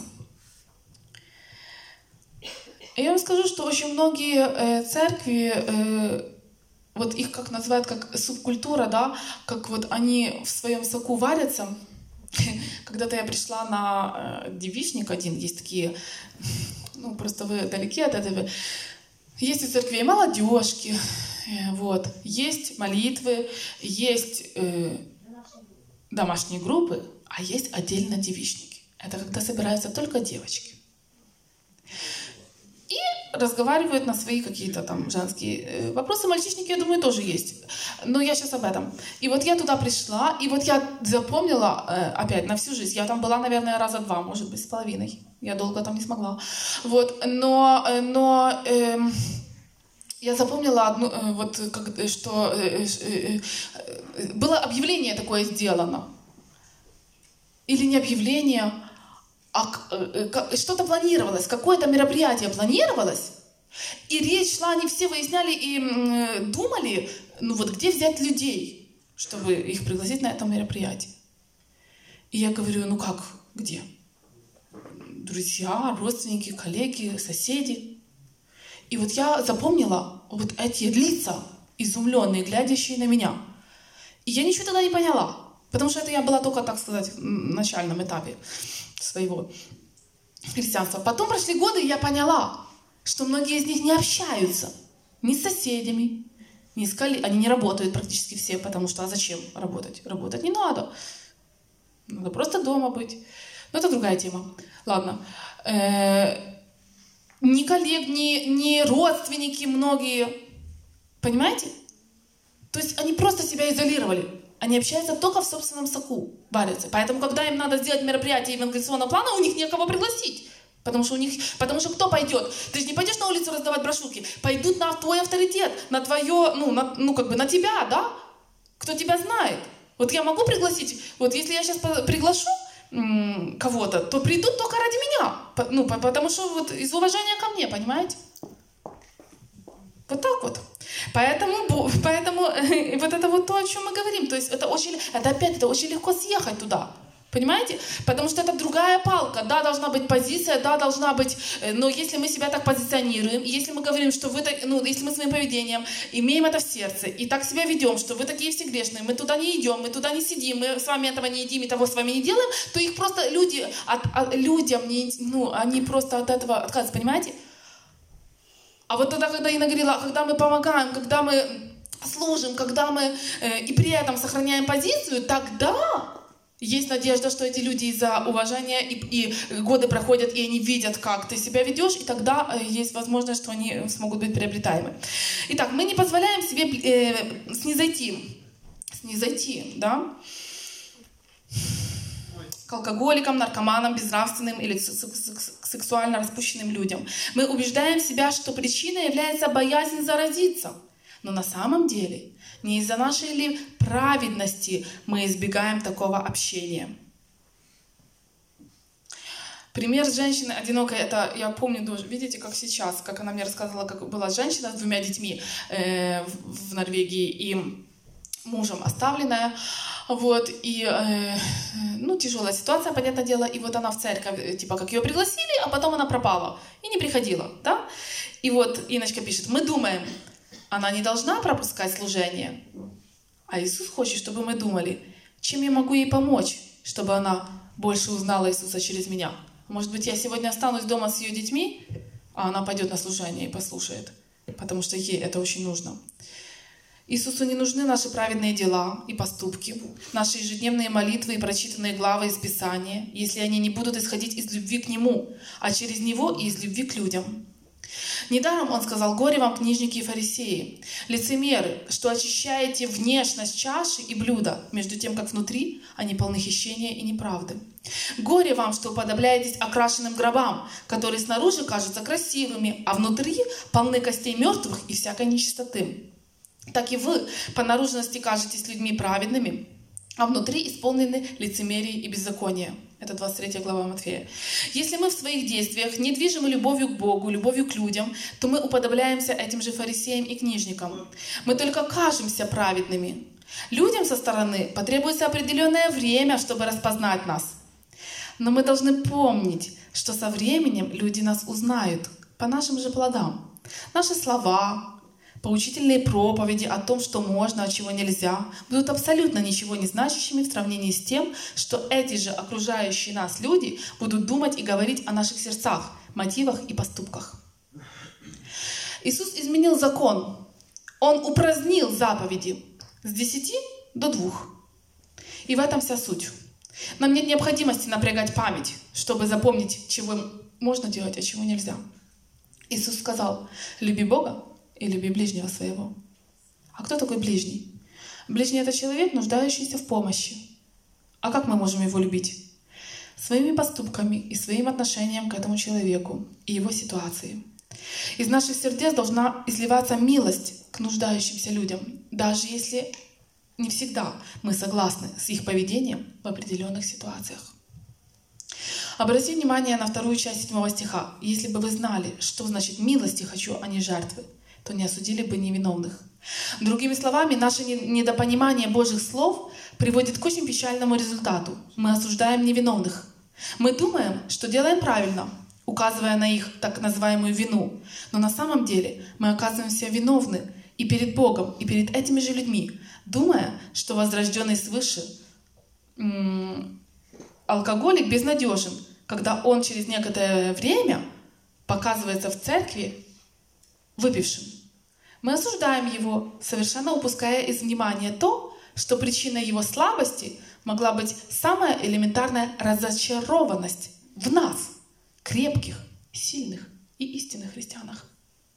И я вам скажу, что очень многие э, церкви, э, вот их как называют, как субкультура, да, как вот они в своем соку варятся. Когда-то я пришла на э, девичник один, есть такие, ну просто вы далеки от этого. Есть у церкви молодежки, э, вот, есть молитвы, есть э, домашние группы, а есть отдельно девичники. Это когда собираются только девочки. И разговаривают на свои какие-то там женские вопросы. Мальчишники, я думаю, тоже есть. Но я сейчас об этом. И вот я туда пришла, и вот я запомнила, опять, на всю жизнь. Я там была, наверное, раза два, может быть, с половиной. Я долго там не смогла. Вот. Но, но эм, я запомнила одну, вот, как, что э, э, э, было объявление такое сделано. Или не объявление, а что-то планировалось, какое-то мероприятие планировалось, и речь шла, они все выясняли и думали, ну вот где взять людей, чтобы их пригласить на это мероприятие. И я говорю, ну как, где? Друзья, родственники, коллеги, соседи. И вот я запомнила вот эти лица, изумленные, глядящие на меня. И я ничего тогда не поняла, потому что это я была только, так сказать, в начальном этапе своего христианства. Потом прошли годы, и я поняла, что многие из них не общаются ни с соседями, ни с коллегами. Они не работают практически все, потому что а зачем работать? Работать не надо. Надо просто дома быть. Но это другая тема. Ладно. Э-э- ни коллег, ни, ни родственники многие. Понимаете? То есть они просто себя изолировали. Они общаются только в собственном соку, варятся. Поэтому, когда им надо сделать мероприятие евангелизационного плана, у них некого пригласить. Потому что у них, потому что кто пойдет? Ты же не пойдешь на улицу раздавать брошюрки. Пойдут на твой авторитет, на твое, ну, на, ну как бы на тебя, да? Кто тебя знает. Вот я могу пригласить, вот если я сейчас приглашу м- кого-то, то придут только ради меня. По, ну, по, потому что вот из уважения ко мне, понимаете? Вот так вот. Поэтому, поэтому э, вот это вот то, о чем мы говорим. То есть это очень, это опять, это очень легко съехать туда. Понимаете? Потому что это другая палка. Да, должна быть позиция, да, должна быть... Э, но если мы себя так позиционируем, если мы говорим, что вы так... Ну, если мы своим поведением имеем это в сердце, и так себя ведем, что вы такие все грешные, мы туда не идем, мы туда не сидим, мы с вами этого не едим и того с вами не делаем, то их просто люди... От, от, людям, не, ну, они просто от этого отказываются. Понимаете? А вот тогда, когда Инна говорила, когда мы помогаем, когда мы служим, когда мы э, и при этом сохраняем позицию, тогда есть надежда, что эти люди из-за уважения и, и годы проходят, и они видят, как ты себя ведешь, и тогда э, есть возможность, что они смогут быть приобретаемы. Итак, мы не позволяем себе э, снизойти, снизойти, да, к алкоголикам, наркоманам, безнравственным или к сексуально распущенным людям. Мы убеждаем себя, что причиной является боязнь заразиться. Но на самом деле, не из-за нашей ли праведности мы избегаем такого общения. Пример женщины одинокой, это я помню, видите, как сейчас, как она мне рассказывала, как была женщина с двумя детьми э, в, в Норвегии и мужем оставленная, вот, и, э, ну, тяжелая ситуация, понятное дело, и вот она в церковь, типа, как ее пригласили, а потом она пропала и не приходила, да, и вот Иночка пишет, мы думаем, она не должна пропускать служение, а Иисус хочет, чтобы мы думали, чем я могу ей помочь, чтобы она больше узнала Иисуса через меня. Может быть, я сегодня останусь дома с ее детьми, а она пойдет на служение и послушает, потому что ей это очень нужно. Иисусу не нужны наши праведные дела и поступки, наши ежедневные молитвы и прочитанные главы из Писания, если они не будут исходить из любви к Нему, а через Него и из любви к людям. Недаром Он сказал: «Горе вам, книжники и фарисеи, лицемеры, что очищаете внешность чаши и блюда, между тем, как внутри они полны хищения и неправды. Горе вам, что уподобляетесь окрашенным гробам, которые снаружи кажутся красивыми, а внутри полны костей мертвых и всякой нечистоты. Так и вы по наружности кажетесь людьми праведными, а внутри исполнены лицемерия и беззакония». Это двадцать третья глава Матфея. «Если мы в своих действиях не движем любовью к Богу, любовью к людям, то мы уподобляемся этим же фарисеям и книжникам. Мы только кажемся праведными. Людям со стороны потребуется определенное время, чтобы распознать нас. Но мы должны помнить, что со временем люди нас узнают по нашим же плодам. Наши слова, поучительные проповеди о том, что можно, а чего нельзя, будут абсолютно ничего не значащими в сравнении с тем, что эти же окружающие нас люди будут думать и говорить о наших сердцах, мотивах и поступках». Иисус изменил закон. Он упразднил заповеди с десяти до двух. И в этом вся суть. Нам нет необходимости напрягать память, чтобы запомнить, чего можно делать, а чего нельзя. Иисус сказал: «Люби Бога и люби ближнего своего». А кто такой ближний? Ближний — это человек, нуждающийся в помощи. А как мы можем его любить? Своими поступками и своим отношением к этому человеку и его ситуации. Из наших сердец должна изливаться милость к нуждающимся людям, даже если не всегда мы согласны с их поведением в определенных ситуациях. Обратите внимание на вторую часть седьмого стиха. «Если бы вы знали, что значит милости хочу, а не жертвы, то не осудили бы невиновных». Другими словами, наше недопонимание Божьих слов приводит к очень печальному результату. Мы осуждаем невиновных. Мы думаем, что делаем правильно, указывая на их так называемую вину. Но на самом деле мы оказываемся виновны и перед Богом, и перед этими же людьми, думая, что возрожденный свыше м- алкоголик безнадежен, когда он через некоторое время показывается в церкви выпившим. Мы осуждаем его, совершенно упуская из внимания то, что причиной его слабости могла быть самая элементарная разочарованность в нас, крепких, сильных и истинных христианах.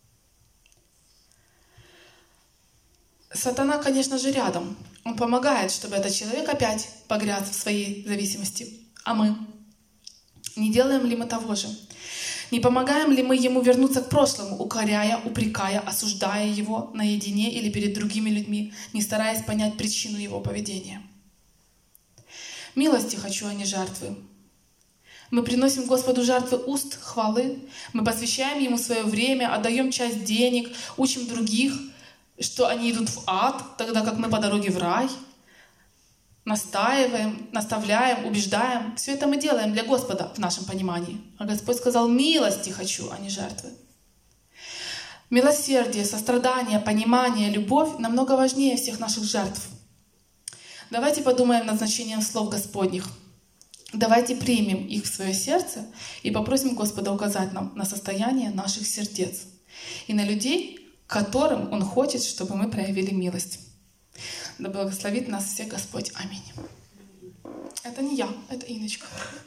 Сатана, конечно же, рядом. Он помогает, чтобы этот человек опять погряз в своей зависимости. А мы? Не делаем ли мы того же? Не помогаем ли мы ему вернуться к прошлому, укоряя, упрекая, осуждая его наедине или перед другими людьми, не стараясь понять причину его поведения? Милости хочу, а не жертвы. Мы приносим Господу жертвы уст, хвалы. Мы посвящаем Ему свое время, отдаем часть денег, учим других, что они идут в ад, тогда как мы по дороге в рай. Настаиваем, наставляем, убеждаем. Все это мы делаем для Господа в нашем понимании. А Господь сказал: «Милости хочу, а не жертвы». Милосердие, сострадание, понимание, любовь намного важнее всех наших жертв. Давайте подумаем над значением слов Господних. Давайте примем их в свое сердце и попросим Господа указать нам на состояние наших сердец и на людей, которым Он хочет, чтобы мы проявили милость. Да благословит нас всех Господь. Аминь. Это не я, это Иночка.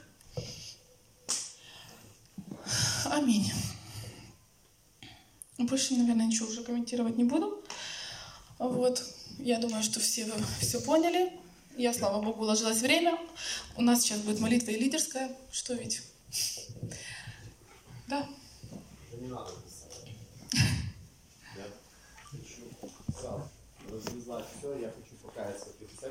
Аминь. Больше, наверное, ничего уже комментировать не буду. Вот. Я думаю, что все вы все поняли. Я, слава Богу, уложилась в время. У нас сейчас будет молитва и лидерская. Что ведь? Да? Не надо писать. Я хочу сказал, развязать все, я хочу покаяться.